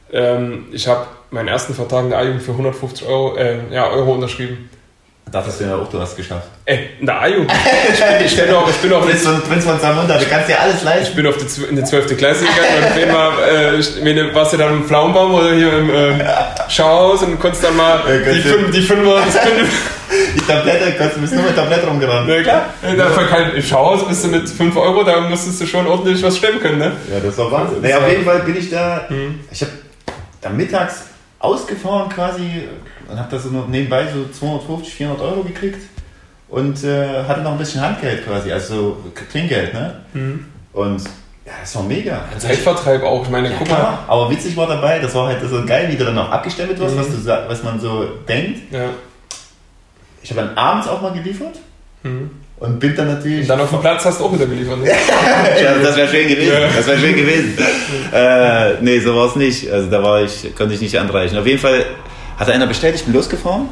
Ich habe meinen ersten Vertrag in der A-Jugend für 150 Euro unterschrieben. Dachtest du ja auch, du hast es geschafft. In der A-Jugend. Ich bin noch Prinz von Zamunda, du kannst dir alles leisten. Ich bin in die 12. Klasse gegangen und warst du dann im Pflaumenbaum oder hier im Schauhaus und konntest dann mal die Fünfer... Die Tablette, du bist nur mit Tablette rumgerannt. Ja, klar. Im Schauhaus bist du mit 5 Euro, da musstest du schon ordentlich was stemmen können, ne? Ja, das ist doch Wahnsinn. Nee, auf jeden Fall bin ich da... Ich habe da mittags ausgefahren quasi und habe da so nebenbei so 250, 400 Euro gekriegt und hatte noch ein bisschen Handgeld quasi, also Trinkgeld, ne? Und ja, das war mega. Zeitvertreib auch, ich meine, guck mal. Aber witzig war dabei, das war halt so geil, wie du dann noch abgestempelt wirst, was man so denkt. Ja. Ich habe dann abends auch mal geliefert und bin dann natürlich... Und dann auf dem Platz hast du auch wieder geliefert. Ne? Ja, das wäre schön gewesen. Ja. Das wäre schön gewesen. Nee, so war es nicht. Also da konnte ich nicht anreichen. Auf jeden Fall hat einer bestellt, ich bin losgefahren.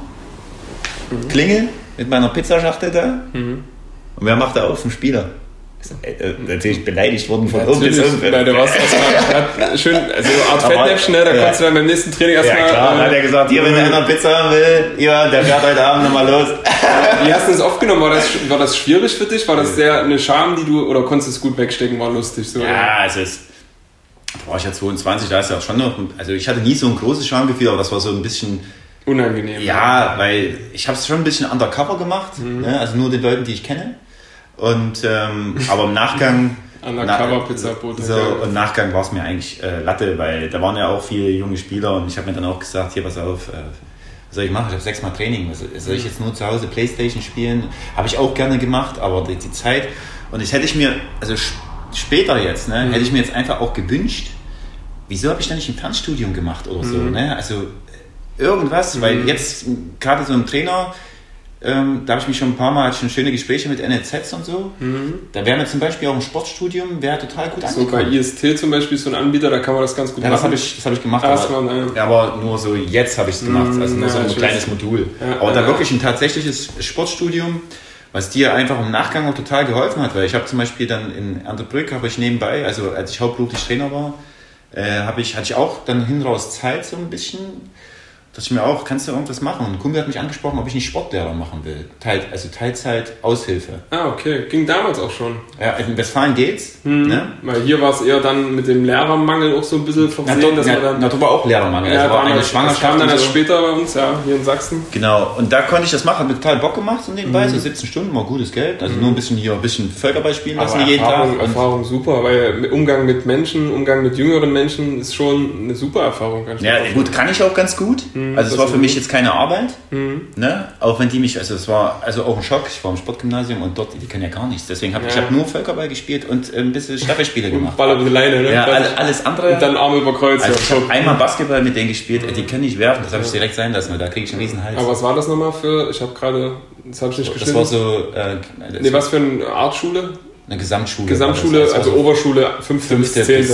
Klingel mit meiner Pizzaschachtel da. Und wer macht da auf? Ein Spieler. Natürlich beleidigt worden von irgendwas. Nein, du warst erstmal schön, also eine Art Fettnäpfchen, da konntest du dann beim nächsten Training erstmal... Ja klar, hat er gesagt, hier, wenn einer Pizza haben will, ja, der fährt heute Abend nochmal los. Wie hast du das aufgenommen? War das schwierig für dich? War das sehr eine Scham, die du, oder konntest du es gut wegstecken, war lustig? So, ja, da war ich ja 22, da ist ja schon noch, also ich hatte nie so ein großes Schamgefühl, aber das war so ein bisschen... Unangenehm. Ja, weil ich habe es schon ein bisschen undercover gemacht, ne? Also nur den Leuten, die ich kenne. Und aber im Nachgang Undercover-Pizzabote. Im Nachgang war es mir eigentlich Latte, weil da waren ja auch viele junge Spieler und ich habe mir dann auch gesagt, hier pass auf, was soll ich machen? Ich habe 6-mal Training. Soll ich jetzt nur zu Hause Playstation spielen? Habe ich auch gerne gemacht, aber die Zeit, und das hätte ich mir, also später jetzt, ne, hätte ich mir jetzt einfach auch gewünscht, wieso habe ich da nicht ein Fernstudium gemacht oder so, ne? Also irgendwas, weil jetzt gerade so ein Trainer, da habe ich mich schon ein paar Mal, hatte schon schöne Gespräche mit NLZ und so. Da wäre mir zum Beispiel auch ein Sportstudium, wäre total gut angekommen. So bei IST zum Beispiel, so ein Anbieter, da kann man das ganz gut machen. Das habe ich gemacht, aber nur so jetzt habe ich es gemacht, also nur so ein kleines Modul. Ja, aber da wirklich ein tatsächliches Sportstudium, was dir einfach im Nachgang auch total geholfen hat, weil ich habe zum Beispiel dann in Erntebrück, habe ich nebenbei, also als ich hauptberuflich Trainer war, hatte ich auch dann hin raus Zeit so ein bisschen. dachte ich mir auch, kannst du irgendwas machen? Und ein Kumpel hat mich angesprochen, ob ich nicht Sportlehrer machen will. Teilzeit Aushilfe. Ah, okay. Ging damals auch schon. Ja, in Westfalen geht's. Ne? Weil hier war es eher dann mit dem Lehrermangel auch so ein bisschen versehen. Da war auch Lehrermangel. Ja, also war eine Schwangerschaft. Das kam dann erst später bei uns, ja, hier in Sachsen. Genau, und da konnte ich das machen, hat mir total Bock gemacht so nebenbei, so 17 Stunden, mal gutes Geld. Also nur ein bisschen Völkerball spielen lassen jeden Tag. Erfahrung super, weil Umgang mit Menschen, Umgang mit jüngeren Menschen ist schon eine super Erfahrung. Ja, gut, kann ich auch ganz gut. Also es war für mich jetzt keine Arbeit, ne? Auch wenn die mich, also es war also auch ein Schock, ich war im Sportgymnasium und dort, die können ja gar nichts. Deswegen habe ich nur Völkerball gespielt und ein bisschen Staffelspiele gemacht. Ball über die Leine, ne? Ja, alles andere. Und dann Arme über Kreuz. Also ich habe einmal Basketball mit denen gespielt, die können nicht werfen, das habe ich direkt sein lassen, weil da kriege ich einen riesen Hals. Aber was war das nochmal für, ich habe gerade, das habe ich nicht gestimmt. Das war so... was für eine Art Schule? Eine Gesamtschule. Gesamtschule, also Oberschule, 5. bis 10.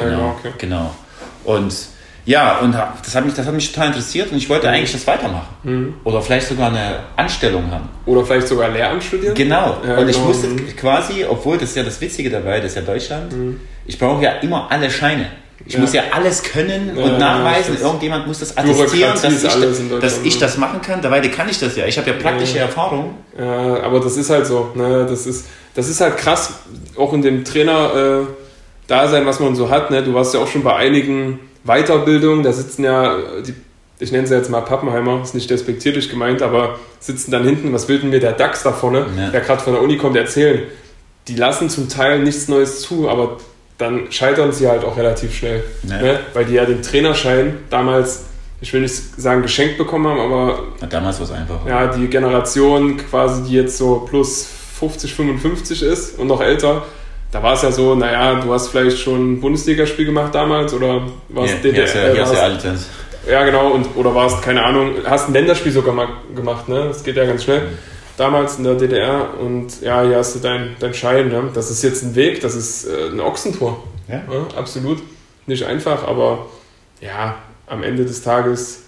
Genau. Und ja, und das hat mich total interessiert und ich wollte eigentlich das weitermachen. Oder vielleicht sogar eine Anstellung haben. Oder vielleicht sogar Lehramt studieren? Genau. Ja, und ich musste quasi, obwohl das ist ja das Witzige dabei, das ist ja Deutschland, ich brauche ja immer alle Scheine. Ich muss ja alles können und nachweisen. Irgendjemand muss das attestieren, dass ich das machen kann. Dabei kann ich das ja. Ich habe ja praktische Erfahrung. Ja, aber das ist halt so. Ne? Das ist halt krass, auch in dem Trainer-Dasein, was man so hat. Ne? Du warst ja auch schon bei einigen Weiterbildungen. Da sitzen ja, ich nenne sie jetzt mal Pappenheimer, ist nicht despektierlich gemeint, aber sitzen dann hinten, was will denn mir der Dachs da vorne, der gerade von der Uni kommt, erzählen. Die lassen zum Teil nichts Neues zu, aber dann scheitern sie halt auch relativ schnell. Ne? Weil die ja den Trainerschein damals, ich will nicht sagen geschenkt bekommen haben, aber... Damals war es einfach. Ja, die Generation quasi, die jetzt so plus 50, 55 ist und noch älter, da war es ja so, naja, du hast vielleicht schon ein Bundesligaspiel gemacht damals oder warst DDR. Hier hast du alles. Ja, genau, oder warst, keine Ahnung, hast ein Länderspiel sogar mal gemacht, ne? Das geht ja ganz schnell. Damals in der DDR und ja, hier hast du dein Schein. Ne? Das ist jetzt ein Weg, das ist eine Ochsentour. Ja, absolut. Nicht einfach, aber ja, am Ende des Tages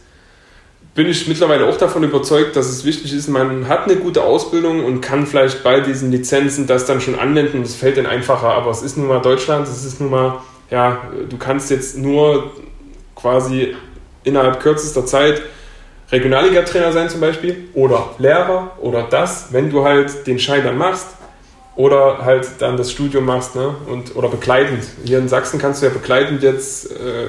bin ich mittlerweile auch davon überzeugt, dass es wichtig ist, man hat eine gute Ausbildung und kann vielleicht bei diesen Lizenzen das dann schon anwenden. Das fällt dann einfacher, aber es ist nun mal Deutschland, es ist nun mal, ja, du kannst jetzt nur quasi innerhalb kürzester Zeit Regionalliga-Trainer sein zum Beispiel oder Lehrer oder das, wenn du halt den Schein dann machst oder halt dann das Studium machst, ne? Oder begleitend. Hier in Sachsen kannst du ja begleitend jetzt,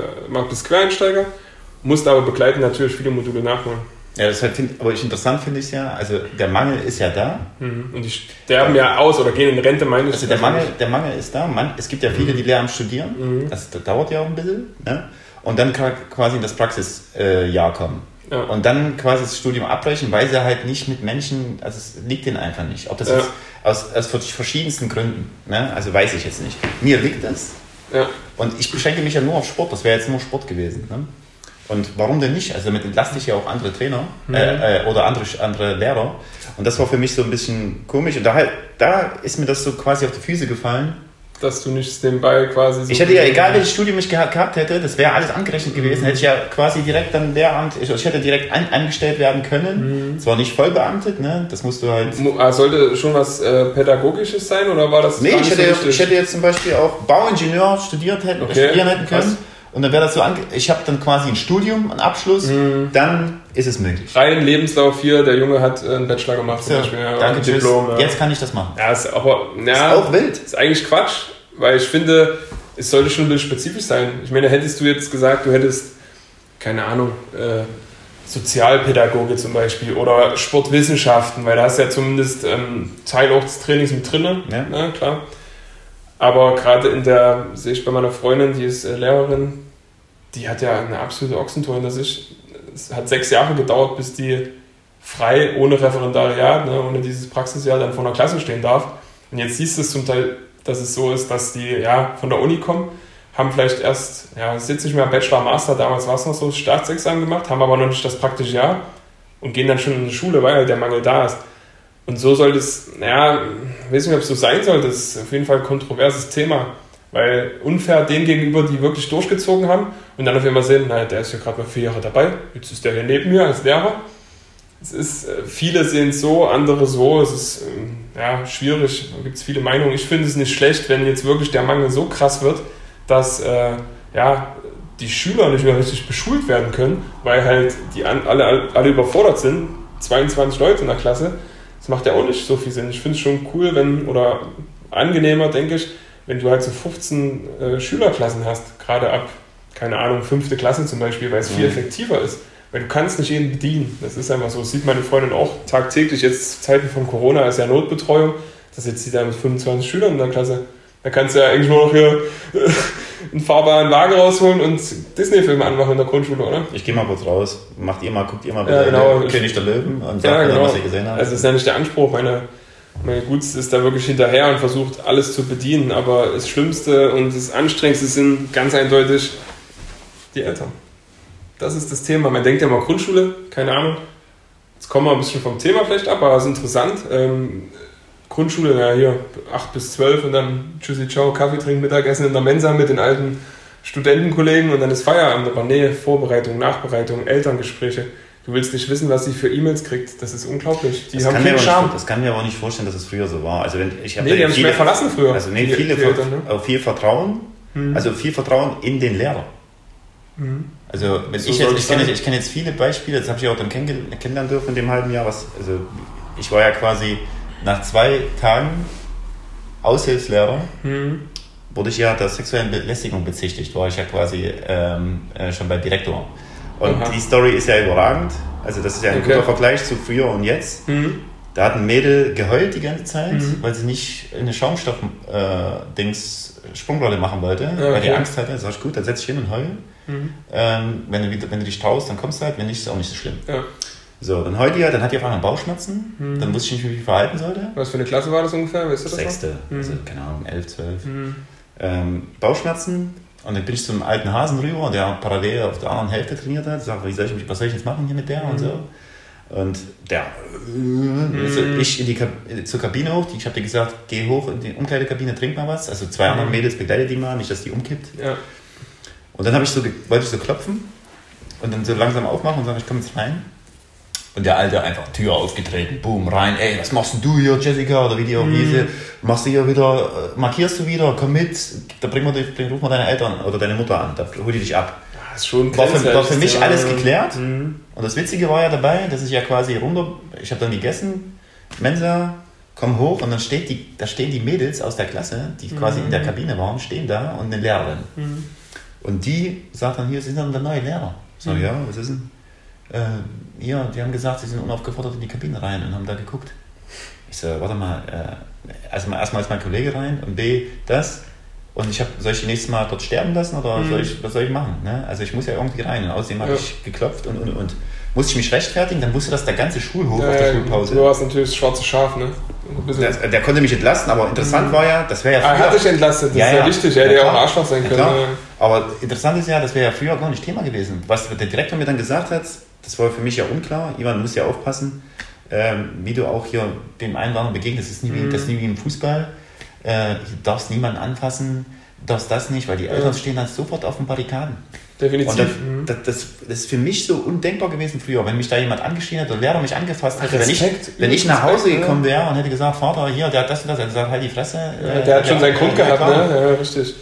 bis Quereinsteiger, musst aber begleitend natürlich viele Module nachholen. Ja, das halt aber interessant finde ich es ja, also der Mangel ist ja da. Und die sterben ja aus oder gehen in Rente, meine ich. Also der Mangel ist da, es gibt ja viele, die Lehramt studieren, das dauert ja auch ein bisschen, ne? Und dann quasi in das Praxisjahr kommen. Ja. Und dann quasi das Studium abbrechen, weil sie halt nicht mit Menschen, also es liegt ihnen einfach nicht. Ob das ist aus verschiedensten Gründen, ne? Also weiß ich jetzt nicht. Mir liegt das. Ja. Und ich beschränke mich ja nur auf Sport, das wäre jetzt nur Sport gewesen. Ne? Und warum denn nicht? Also damit entlaste ich ja auch andere Trainer oder andere Lehrer. Und das war für mich so ein bisschen komisch. Und da ist mir das so quasi auf die Füße gefallen. Dass du nicht den Ball quasi so... Ich hätte ja, egal welches Studium ich gehabt hätte, das wäre alles angerechnet gewesen, hätte ich ja quasi direkt dann Lehramt, ich hätte direkt angestellt werden können. Zwar nicht vollbeamtet, ne? Das musst du halt... Sollte schon was Pädagogisches sein oder war das... Nee, ich hätte jetzt zum Beispiel auch Bauingenieur studieren hätten können. Krass. Und dann wäre das so, ich habe dann quasi ein Studium, einen Abschluss, dann ist es möglich. Rein Lebenslauf hier, der Junge hat einen Bachelor gemacht zum Beispiel. Ja, danke, Diplom. Jetzt kann ich das machen. Ja, ist auch wild. Ist eigentlich Quatsch, weil ich finde, es sollte schon ein bisschen spezifisch sein. Ich meine, hättest du jetzt gesagt, du hättest, keine Ahnung, Sozialpädagoge zum Beispiel oder Sportwissenschaften, weil da hast du ja zumindest Teil auch des Trainings mit drin. Ja. Na, klar. Aber gerade sehe ich bei meiner Freundin, die ist Lehrerin, die hat ja eine absolute Ochsentour hinter sich. Es hat 6 Jahre gedauert, bis die frei, ohne Referendariat, ne, ohne dieses Praxisjahr dann vor einer Klasse stehen darf. Und jetzt siehst du es zum Teil, dass es so ist, dass die von der Uni kommen, haben vielleicht erst, es ist jetzt nicht mehr Bachelor, Master, damals war es noch so, das Staatsexamen gemacht, haben aber noch nicht das praktische Jahr und gehen dann schon in die Schule, weil halt der Mangel da ist. Und so soll das, ich weiß nicht, ob es so sein soll, das ist auf jeden Fall ein kontroverses Thema, weil unfair denen gegenüber, die wirklich durchgezogen haben und dann auf einmal sehen, der ist ja gerade mal 4 Jahre dabei, jetzt ist der hier neben mir als Lehrer. Es ist, viele sehen es so, andere so, es ist schwierig, da gibt es viele Meinungen. Ich finde es nicht schlecht, wenn jetzt wirklich der Mangel so krass wird, dass die Schüler nicht mehr richtig beschult werden können, weil halt die alle überfordert sind. 22 Leute in der Klasse. Das macht ja auch nicht so viel Sinn. Ich finde es schon cool, oder angenehmer, denke ich, wenn du halt so 15 Schülerklassen hast, gerade ab, keine Ahnung, 5. Klasse zum Beispiel, weil es viel effektiver ist. Weil du kannst nicht jeden bedienen. Das ist einfach so. Das sieht meine Freundin auch tagtäglich. Jetzt Zeiten von Corona ist ja Notbetreuung. Das sitzt sie da mit 25 Schülern in der Klasse. Da kannst du ja eigentlich nur noch hier einen fahrbaren Wagen rausholen und Disney-Filme anmachen in der Grundschule, oder? Ich gehe mal kurz raus. Guckt ihr mal ja, genau. König der Löwen und sagt ja, genau. dann, was ihr gesehen habt. Also das ist ja nicht der Anspruch. Meine Guts ist da wirklich hinterher und versucht alles zu bedienen. Aber das Schlimmste und das Anstrengendste sind ganz eindeutig die Eltern. Das ist das Thema. Man denkt ja mal Grundschule, keine Ahnung. Jetzt kommen wir ein bisschen vom Thema vielleicht ab, aber es ist interessant. Grundschule, ja hier 8 bis 12 und dann tschüssi, ciao, Kaffee trinken, Mittagessen in der Mensa mit den alten Studentenkollegen und dann ist Feierabend. Aber nee, Vorbereitung, Nachbereitung, Elterngespräche. Du willst nicht wissen, was sie für E-Mails kriegt. Das ist unglaublich. Das kann mir aber auch nicht vorstellen, dass es früher so war. Also die haben sich mehr verlassen früher. Also viele Eltern, ne? Viel Vertrauen, also viel Vertrauen in den Lehrer. Also ich kenne jetzt viele Beispiele, das habe ich auch dann kennenlernen dürfen in dem halben Jahr. Ich war ja quasi nach 2 Tagen Aushilfslehrer, wurde ich ja der sexuellen Belästigung bezichtigt, war ich ja quasi schon beim Direktor. Und die Story ist ja überragend, also das ist ja ein guter Vergleich zu früher und jetzt. Da hat ein Mädel geheult die ganze Zeit, weil sie nicht eine Schaumstoff-Sprungrolle machen wollte, weil die Angst hatte. Sag ich, gut, dann setz dich hin und heul. Wenn du dich traust, dann kommst du halt, wenn nicht, ist auch nicht so schlimm. Ja. So, dann heult die ja, dann hat die auf einmal Bauchschmerzen, dann wusste ich nicht, wie ich mich verhalten sollte. Was für eine Klasse war das ungefähr? Weißt du das 6. Also, keine Ahnung, 11, 12. Bauchschmerzen und dann bin ich zum alten Hasen rüber, der parallel auf der anderen Hälfte trainiert hat. Sag, was soll ich jetzt machen hier mit der und so. Und der, ich zur Kabine hoch, ich habe dir gesagt, geh hoch in die Umkleidekabine, trink mal was. Also 2 andere Mädels begleite die mal, nicht, dass die umkippt. Ja. Und dann wollte ich so klopfen und dann so langsam aufmachen und sagen, ich komme jetzt rein. Und der Alte einfach Tür aufgetreten, boom, rein, ey, was machst denn du hier, Jessica, oder wie die auch hieße, machst du hier wieder, markierst du wieder, komm mit, da ruf mal deine Eltern oder deine Mutter an, da hol die dich ab. Das ist schon war für mich alles geklärt. Und das Witzige war ja dabei, dass ich ja quasi ich habe dann gegessen, Mensa, komm hoch und dann stehen die Mädels aus der Klasse, die quasi in der Kabine waren, stehen da und eine Lehrerin. Und die sagt dann, hier sind dann der neue Lehrer. Sag ich, ja, was ist denn? Ja, die haben gesagt, sie sind unaufgefordert in die Kabine rein und haben da geguckt. Ich so, warte mal, erstmal ist mein Kollege rein und B, das. Und soll ich die nächste Mal dort sterben lassen oder was soll ich machen? Ne? Also ich muss ja irgendwie rein. Und außerdem habe ich geklopft und. Musste ich mich rechtfertigen, dann wusste das der ganze Schulhof auf der Schulpause. Du warst natürlich das schwarze Schaf, ne? Der konnte mich entlasten, aber interessant war ja, das wäre ja früher... Er hat dich entlastet, das ist ja wichtig, er hätte ja auch Arschloch sein können. Ja. Aber interessant ist ja, das wäre ja früher gar nicht Thema gewesen. Was der Direktor mir dann gesagt hat, das war für mich ja unklar. Ivan, du musst ja aufpassen, wie du auch hier dem einen oder anderen begegnest. Das ist nie wie im Fußball. Du darfst niemanden anfassen, darfst das nicht, weil die Eltern stehen dann sofort auf den Barrikaden. Definitiv. Und das ist für mich so undenkbar gewesen früher, wenn mich da jemand angeschrien hat oder Lehrer mich angefasst hätte. Wenn ich nach Hause gekommen wäre und hätte gesagt, Vater, hier, der hat das und das, er hat gesagt, halt die Fresse. Der hat schon seinen Grund gehabt, ne? Ja, richtig.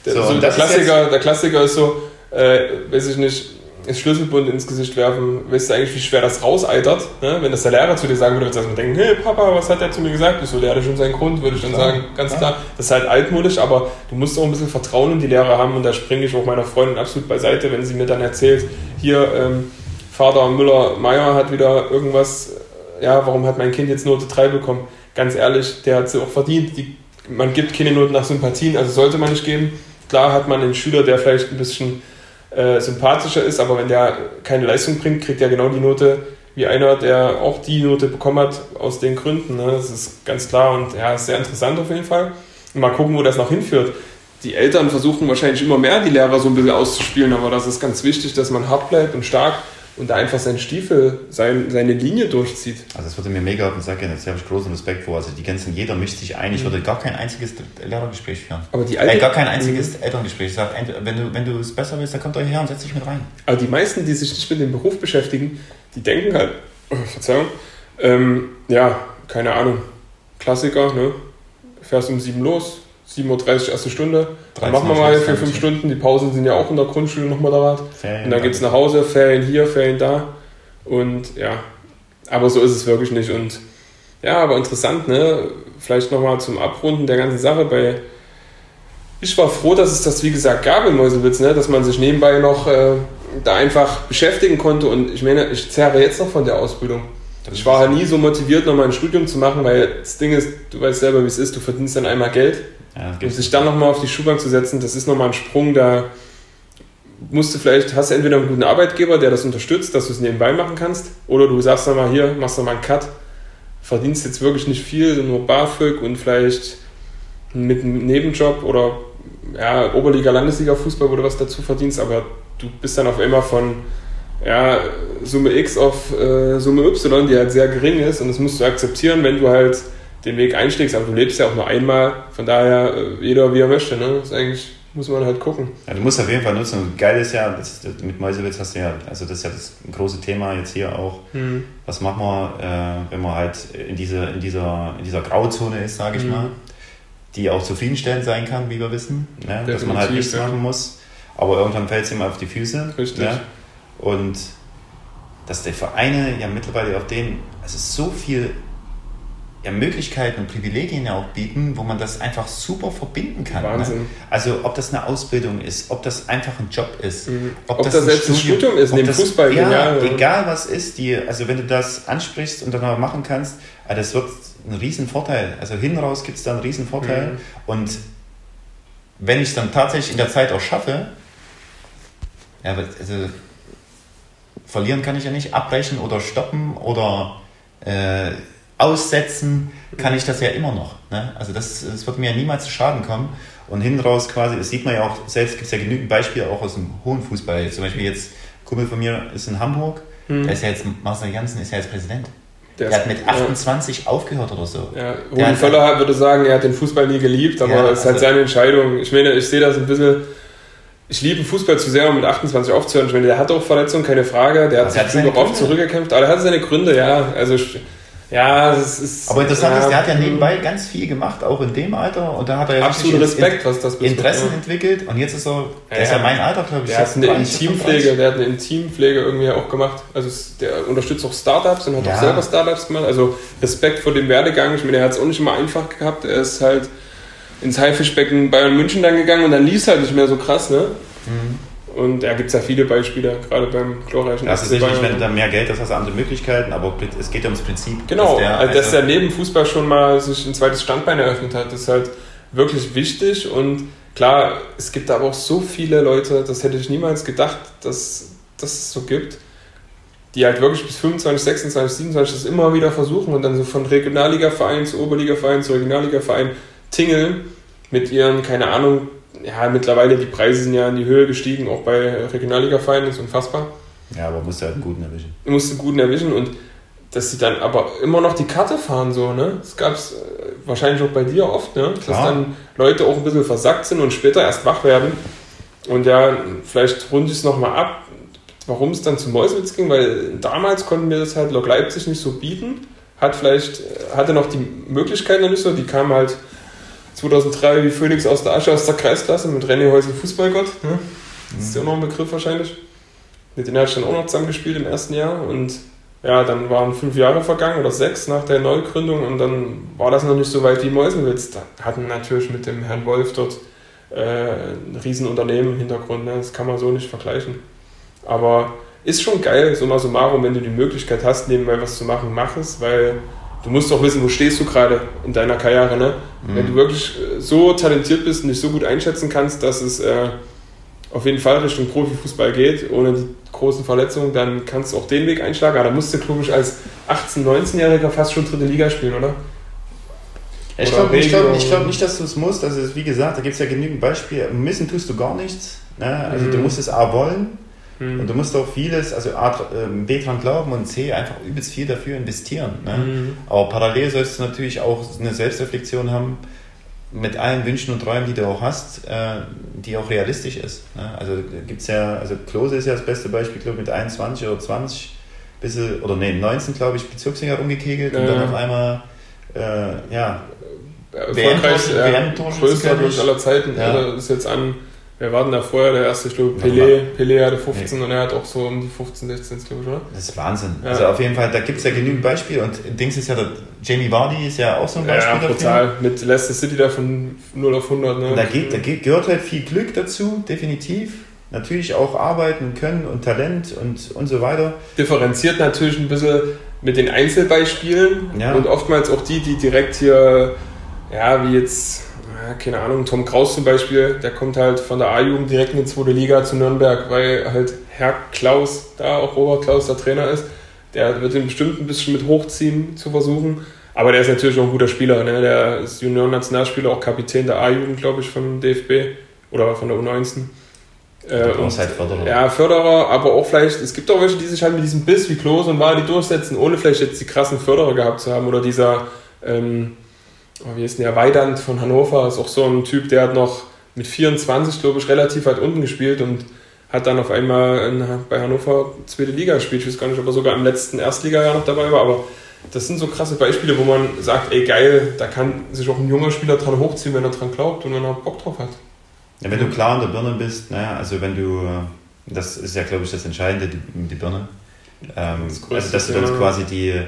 Der Klassiker ist so, weiß ich nicht, das Schlüsselbund ins Gesicht werfen, weißt du eigentlich, wie schwer das rauseitert, ne? Wenn das der Lehrer zu dir sagen würde, würdest du denken, hey Papa, was hat der zu mir gesagt? Ich so, der hatte schon seinen Grund, würde ich dann sagen, ganz klar. Das ist halt altmodisch, aber du musst auch ein bisschen Vertrauen in die Lehrer haben und da springe ich auch meiner Freundin absolut beiseite, wenn sie mir dann erzählt, hier, Vater Müller-Meyer hat wieder irgendwas, warum hat mein Kind jetzt Note 3 bekommen? Ganz ehrlich, der hat sie auch verdient. Man gibt keine Noten nach Sympathien, also sollte man nicht geben. Klar hat man einen Schüler, der vielleicht ein bisschen sympathischer ist, aber wenn der keine Leistung bringt, kriegt er genau die Note wie einer, der auch die Note bekommen hat, aus den Gründen. Ne? Das ist ganz klar und ist sehr interessant auf jeden Fall. Und mal gucken, wo das noch hinführt. Die Eltern versuchen wahrscheinlich immer mehr, die Lehrer so ein bisschen auszuspielen, aber das ist ganz wichtig, dass man hart bleibt und stark und da einfach seinen Stiefel, seine Linie durchzieht. Also das würde mir mega auf den Sack gehen, jetzt habe ich großen Respekt vor. Also jeder mischt sich ein, ich würde gar kein einziges Lehrergespräch führen. Aber gar kein einziges Elterngespräch. Ich sage, wenn du es besser willst, dann kommt euch her und setzt dich mit rein. Aber die meisten, die sich nicht mit dem Beruf beschäftigen, die denken halt, Verzeihung, keine Ahnung, Klassiker, ne? Fährst um 7 los, 7.30 Uhr erste Stunde. Dann machen wir mal für 5 Stunden. Die Pausen sind ja auch in der Grundschule noch moderat. Und dann geht's nach Hause, Ferien hier, Ferien da. Und ja, aber so ist es wirklich nicht. Und ja, aber interessant, ne? Vielleicht nochmal zum Abrunden der ganzen Sache. Ich war froh, dass es das, wie gesagt, gab in Meuselwitz, ne? Dass man sich nebenbei noch da einfach beschäftigen konnte. Und ich meine, ich zerre jetzt noch von der Ausbildung. Ich war halt nie so motiviert, nochmal ein Studium zu machen, weil das Ding ist, du weißt selber, wie es ist, du verdienst dann einmal Geld. Ja, und sich dann nochmal auf die Schulbank zu setzen, das ist nochmal ein Sprung, da hast du entweder einen guten Arbeitgeber, der das unterstützt, dass du es nebenbei machen kannst, oder du sagst nochmal, hier, machst nochmal einen Cut, verdienst jetzt wirklich nicht viel, nur BAföG und vielleicht mit einem Nebenjob oder ja, Oberliga, Landesliga Fußball, wo du was dazu verdienst, aber du bist dann auf einmal von Summe X auf Summe Y, die halt sehr gering ist, und das musst du akzeptieren, wenn du halt den Weg einschlägst, aber du lebst ja auch nur einmal, von daher jeder wie er möchte, ne? Das ist eigentlich, muss man halt gucken. Ja, du musst auf jeden Fall nutzen, und geil ist ja, mit Meuselwitz hast du ja, also das ist ja das große Thema jetzt hier auch, was machen wir, wenn man halt in dieser Grauzone ist, sage ich mal, die auch zufriedenstellend sein kann, wie wir wissen, ne? Dass man halt nichts machen muss, aber irgendwann fällt es ihm auf die Füße. Richtig. Ne? Und dass die Vereine ja mittlerweile auf denen, also so viel Möglichkeiten und Privilegien ja auch bieten, wo man das einfach super verbinden kann. Wahnsinn. Ne? Also ob das eine Ausbildung ist, ob das einfach ein Job ist, ob das selbst ein Studium ist, neben Fußball. Ja, egal was ist, also wenn du das ansprichst und dann mal machen kannst, das wird ein Riesenvorteil. Also hinten raus gibt es da einen Riesenvorteil. Und wenn ich es dann tatsächlich in der Zeit auch schaffe, ja, also verlieren kann ich ja nicht, abbrechen oder stoppen oder aussetzen kann ich das ja immer noch. Ne? Also das wird mir ja niemals zu Schaden kommen. Und hinten raus quasi, das sieht man ja auch, selbst gibt es ja genügend Beispiele auch aus dem hohen Fußball. Zum Beispiel jetzt, ein Kumpel von mir ist in Hamburg, da ist ja jetzt, Marcel Janssen ist ja jetzt Präsident. Der hat mit 28 aufgehört oder so. Ja, Rudi Völler würde sagen, er hat den Fußball nie geliebt, aber es ist halt seine Entscheidung. Ich meine, ich sehe das ein bisschen. Ich liebe Fußball zu sehr, um mit 28 aufzuhören. Ich meine, der hat auch Verletzungen, keine Frage. Der hat sich auch oft zurückgekämpft, aber er hat seine Gründe, ja. Also, das ist. Aber interessant ist, der hat ja nebenbei ganz viel gemacht, auch in dem Alter. Und da hat er ja absolut Respekt, was das betrifft. Interessen entwickelt. Und jetzt ist er, der ist ja mein Alter, glaube ich. Der hat eine Intimpflege irgendwie auch gemacht. Also, der unterstützt auch Startups und hat auch selber Startups gemacht. Also, Respekt vor dem Werdegang. Ich meine, er hat es auch nicht immer einfach gehabt. Er ist halt ins Haifischbecken Bayern München dann gegangen und dann lief es halt nicht mehr so krass, ne? Und da gibt es ja viele Beispiele, gerade beim glorreichen Das ist sicherlich, wenn du da mehr Geld hast, hast du andere Möglichkeiten, aber es geht ja ums Prinzip. Genau, dass der neben Fußball schon mal sich ein zweites Standbein eröffnet hat, ist halt wirklich wichtig. Und klar, es gibt aber auch so viele Leute, das hätte ich niemals gedacht, dass es so gibt, die halt wirklich bis 25, 26, 27 das immer wieder versuchen und dann so von Regionalliga-Verein zu Oberliga-Verein zu Regionalliga-Verein tingeln mit ihren, keine Ahnung, ja, mittlerweile die Preise sind ja in die Höhe gestiegen, auch bei Regionalliga-Vereinen, ist unfassbar. Ja, aber musst du halt einen guten erwischen. Du musst einen guten erwischen und dass sie dann aber immer noch die Karte fahren, so, ne? Das gab es wahrscheinlich auch bei dir oft, ne? Dass dann Leute auch ein bisschen versackt sind und später erst wach werden. Und ja, vielleicht runde ich es nochmal ab, warum es dann zu Meuselwitz ging, weil damals konnten wir das halt Lok Leipzig nicht so bieten. Hatte noch die Möglichkeiten noch nicht so, die kamen halt 2003 wie Phoenix aus der Asche aus der Kreisklasse mit René Häusel Fußballgott. Ne? Das ist ja auch noch ein Begriff wahrscheinlich. Mit denen hatte ich dann auch noch zusammengespielt im ersten Jahr. Und ja, dann waren 5 Jahre vergangen oder 6 nach der Neugründung und dann war das noch nicht so weit wie Meuselwitz. Da hatten natürlich mit dem Herrn Wolf dort ein Riesenunternehmen im Hintergrund. Ne? Das kann man so nicht vergleichen. Aber ist schon geil, summa summarum, wenn du die Möglichkeit hast, nebenbei was zu machen, mach es, weil du musst doch wissen, wo stehst du gerade in deiner Karriere, ne? Wenn du wirklich so talentiert bist und dich so gut einschätzen kannst, dass es auf jeden Fall Richtung Profifußball geht, ohne die großen Verletzungen, dann kannst du auch den Weg einschlagen. Aber da musst du, glaube ich, als 18-, 19-Jähriger fast schon dritte Liga spielen, oder? Ich glaube nicht, dass du es musst. Also wie gesagt, da gibt es ja genügend Beispiele. Müssen tust du gar nichts. Ne? Also du musst es A wollen. Und du musst auch vieles, also B dran glauben und C einfach übelst viel dafür investieren. Ne? Aber parallel sollst du natürlich auch eine Selbstreflexion haben mit allen Wünschen und Träumen, die du auch hast, die auch realistisch ist. Ne? Also gibt's ja, also Klose ist ja das beste Beispiel, glaube ich, mit 21 oder 20 19, glaube ich, Bezirksliga rumgekegelt und dann auf einmal erfolgreich, größter durch aller Zeiten. Ja. Also ist jetzt an, wer war denn da vorher? Der erste, ich glaube, Pelé hatte 15 und er hat auch so um die 15, 16, glaube ich, oder? Das ist Wahnsinn. Ja. Also auf jeden Fall, da gibt es ja genügend Beispiele und Dings ist ja, der Jamie Vardy ist ja auch so ein Beispiel dafür. Total. Mit Leicester City da von 0 auf 100. Ne? Da gehört halt viel Glück dazu, definitiv. Natürlich auch arbeiten können und Talent und so weiter. Differenziert natürlich ein bisschen mit den Einzelbeispielen und oftmals auch die direkt hier, wie jetzt, keine Ahnung, Tom Kraus zum Beispiel, der kommt halt von der A-Jugend direkt in die 2. Liga zu Nürnberg, weil halt Herr Klaus, da auch Robert Klaus der Trainer ist. Der wird ihn bestimmt ein bisschen mit hochziehen zu versuchen. Aber der ist natürlich auch ein guter Spieler. Ne? Der ist Junioren-Nationalspieler, auch Kapitän der A-Jugend, glaube ich, vom DFB oder von der U19. Und halt Förderer. Ja, Förderer, aber auch vielleicht, es gibt auch welche, die sich halt mit diesem Biss wie Klose und Wadi durchsetzen, ohne vielleicht jetzt die krassen Förderer gehabt zu haben. Oder dieser, wie ist denn der, Weidand von Hannover, ist auch so ein Typ, der hat noch mit 24, glaube ich, relativ weit unten gespielt und hat dann auf einmal bei Hannover 2. Liga gespielt. Ich weiß gar nicht, ob er sogar im letzten Erstligajahr noch dabei war, aber das sind so krasse Beispiele, wo man sagt, ey geil, da kann sich auch ein junger Spieler dran hochziehen, wenn er dran glaubt und wenn er Bock drauf hat. Ja, wenn du klar in der Birne bist, also wenn du, das ist ja glaube ich das Entscheidende, die Birne, also dass du dann quasi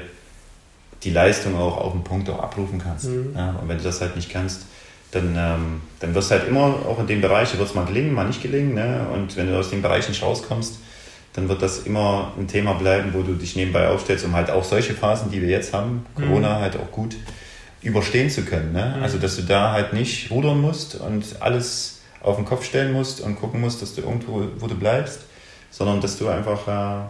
die Leistung auch auf den Punkt auch abrufen kannst. Ja, und wenn du das halt nicht kannst, dann wirst du halt immer, auch in dem Bereich, wird es mal gelingen, mal nicht gelingen. Ne? Und wenn du aus dem Bereich nicht rauskommst, dann wird das immer ein Thema bleiben, wo du dich nebenbei aufstellst, um halt auch solche Phasen, die wir jetzt haben, Corona, halt auch gut überstehen zu können. Ne? Also dass du da halt nicht rudern musst und alles auf den Kopf stellen musst und gucken musst, dass du irgendwo, wo du bleibst, sondern dass du einfach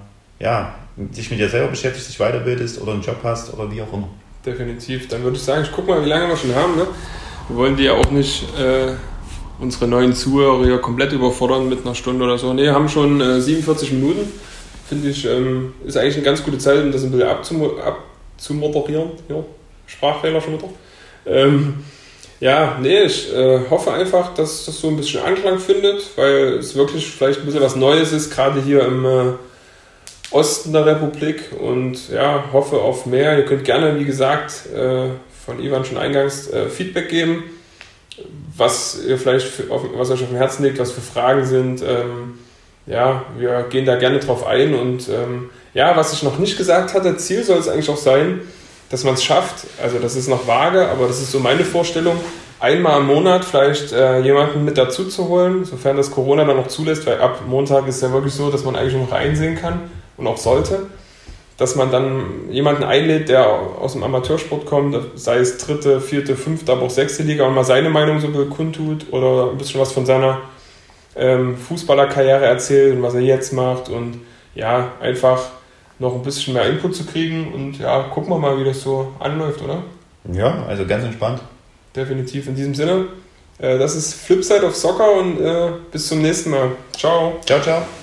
dich mit dir selber beschäftigst, dich weiterbildest oder einen Job hast oder wie auch immer. Definitiv. Dann würde ich sagen, ich gucke mal, wie lange wir schon haben. Ne? Wir wollen die ja auch nicht unsere neuen Zuhörer hier komplett überfordern mit einer Stunde oder so. Ne, haben schon 47 Minuten. Finde ich, ist eigentlich eine ganz gute Zeit, um das ein bisschen abzumoderieren. Ja, Sprachfehler schon wieder. Ich hoffe einfach, dass das so ein bisschen Anklang findet, weil es wirklich vielleicht ein bisschen was Neues ist, gerade hier im Osten der Republik und hoffe auf mehr. Ihr könnt gerne, wie gesagt, von Ivan schon eingangs Feedback geben, was ihr vielleicht was euch auf dem Herzen liegt, was für Fragen sind. Wir gehen da gerne drauf ein und was ich noch nicht gesagt hatte, Ziel soll es eigentlich auch sein, dass man es schafft, also das ist noch vage, aber das ist so meine Vorstellung, einmal im Monat vielleicht jemanden mit dazu zu holen, sofern das Corona dann noch zulässt, weil ab Montag ist es ja wirklich so, dass man eigentlich noch einsehen kann und auch sollte, dass man dann jemanden einlädt, der aus dem Amateursport kommt, sei es 3., 4., 5., aber auch 6. Liga und mal seine Meinung so kundtut oder ein bisschen was von seiner Fußballerkarriere erzählt und was er jetzt macht und einfach noch ein bisschen mehr Input zu kriegen und gucken wir mal, wie das so anläuft, oder? Ja, also ganz entspannt. Definitiv. In diesem Sinne, das ist Flipside of Soccer und bis zum nächsten Mal. Ciao. Ciao, ciao.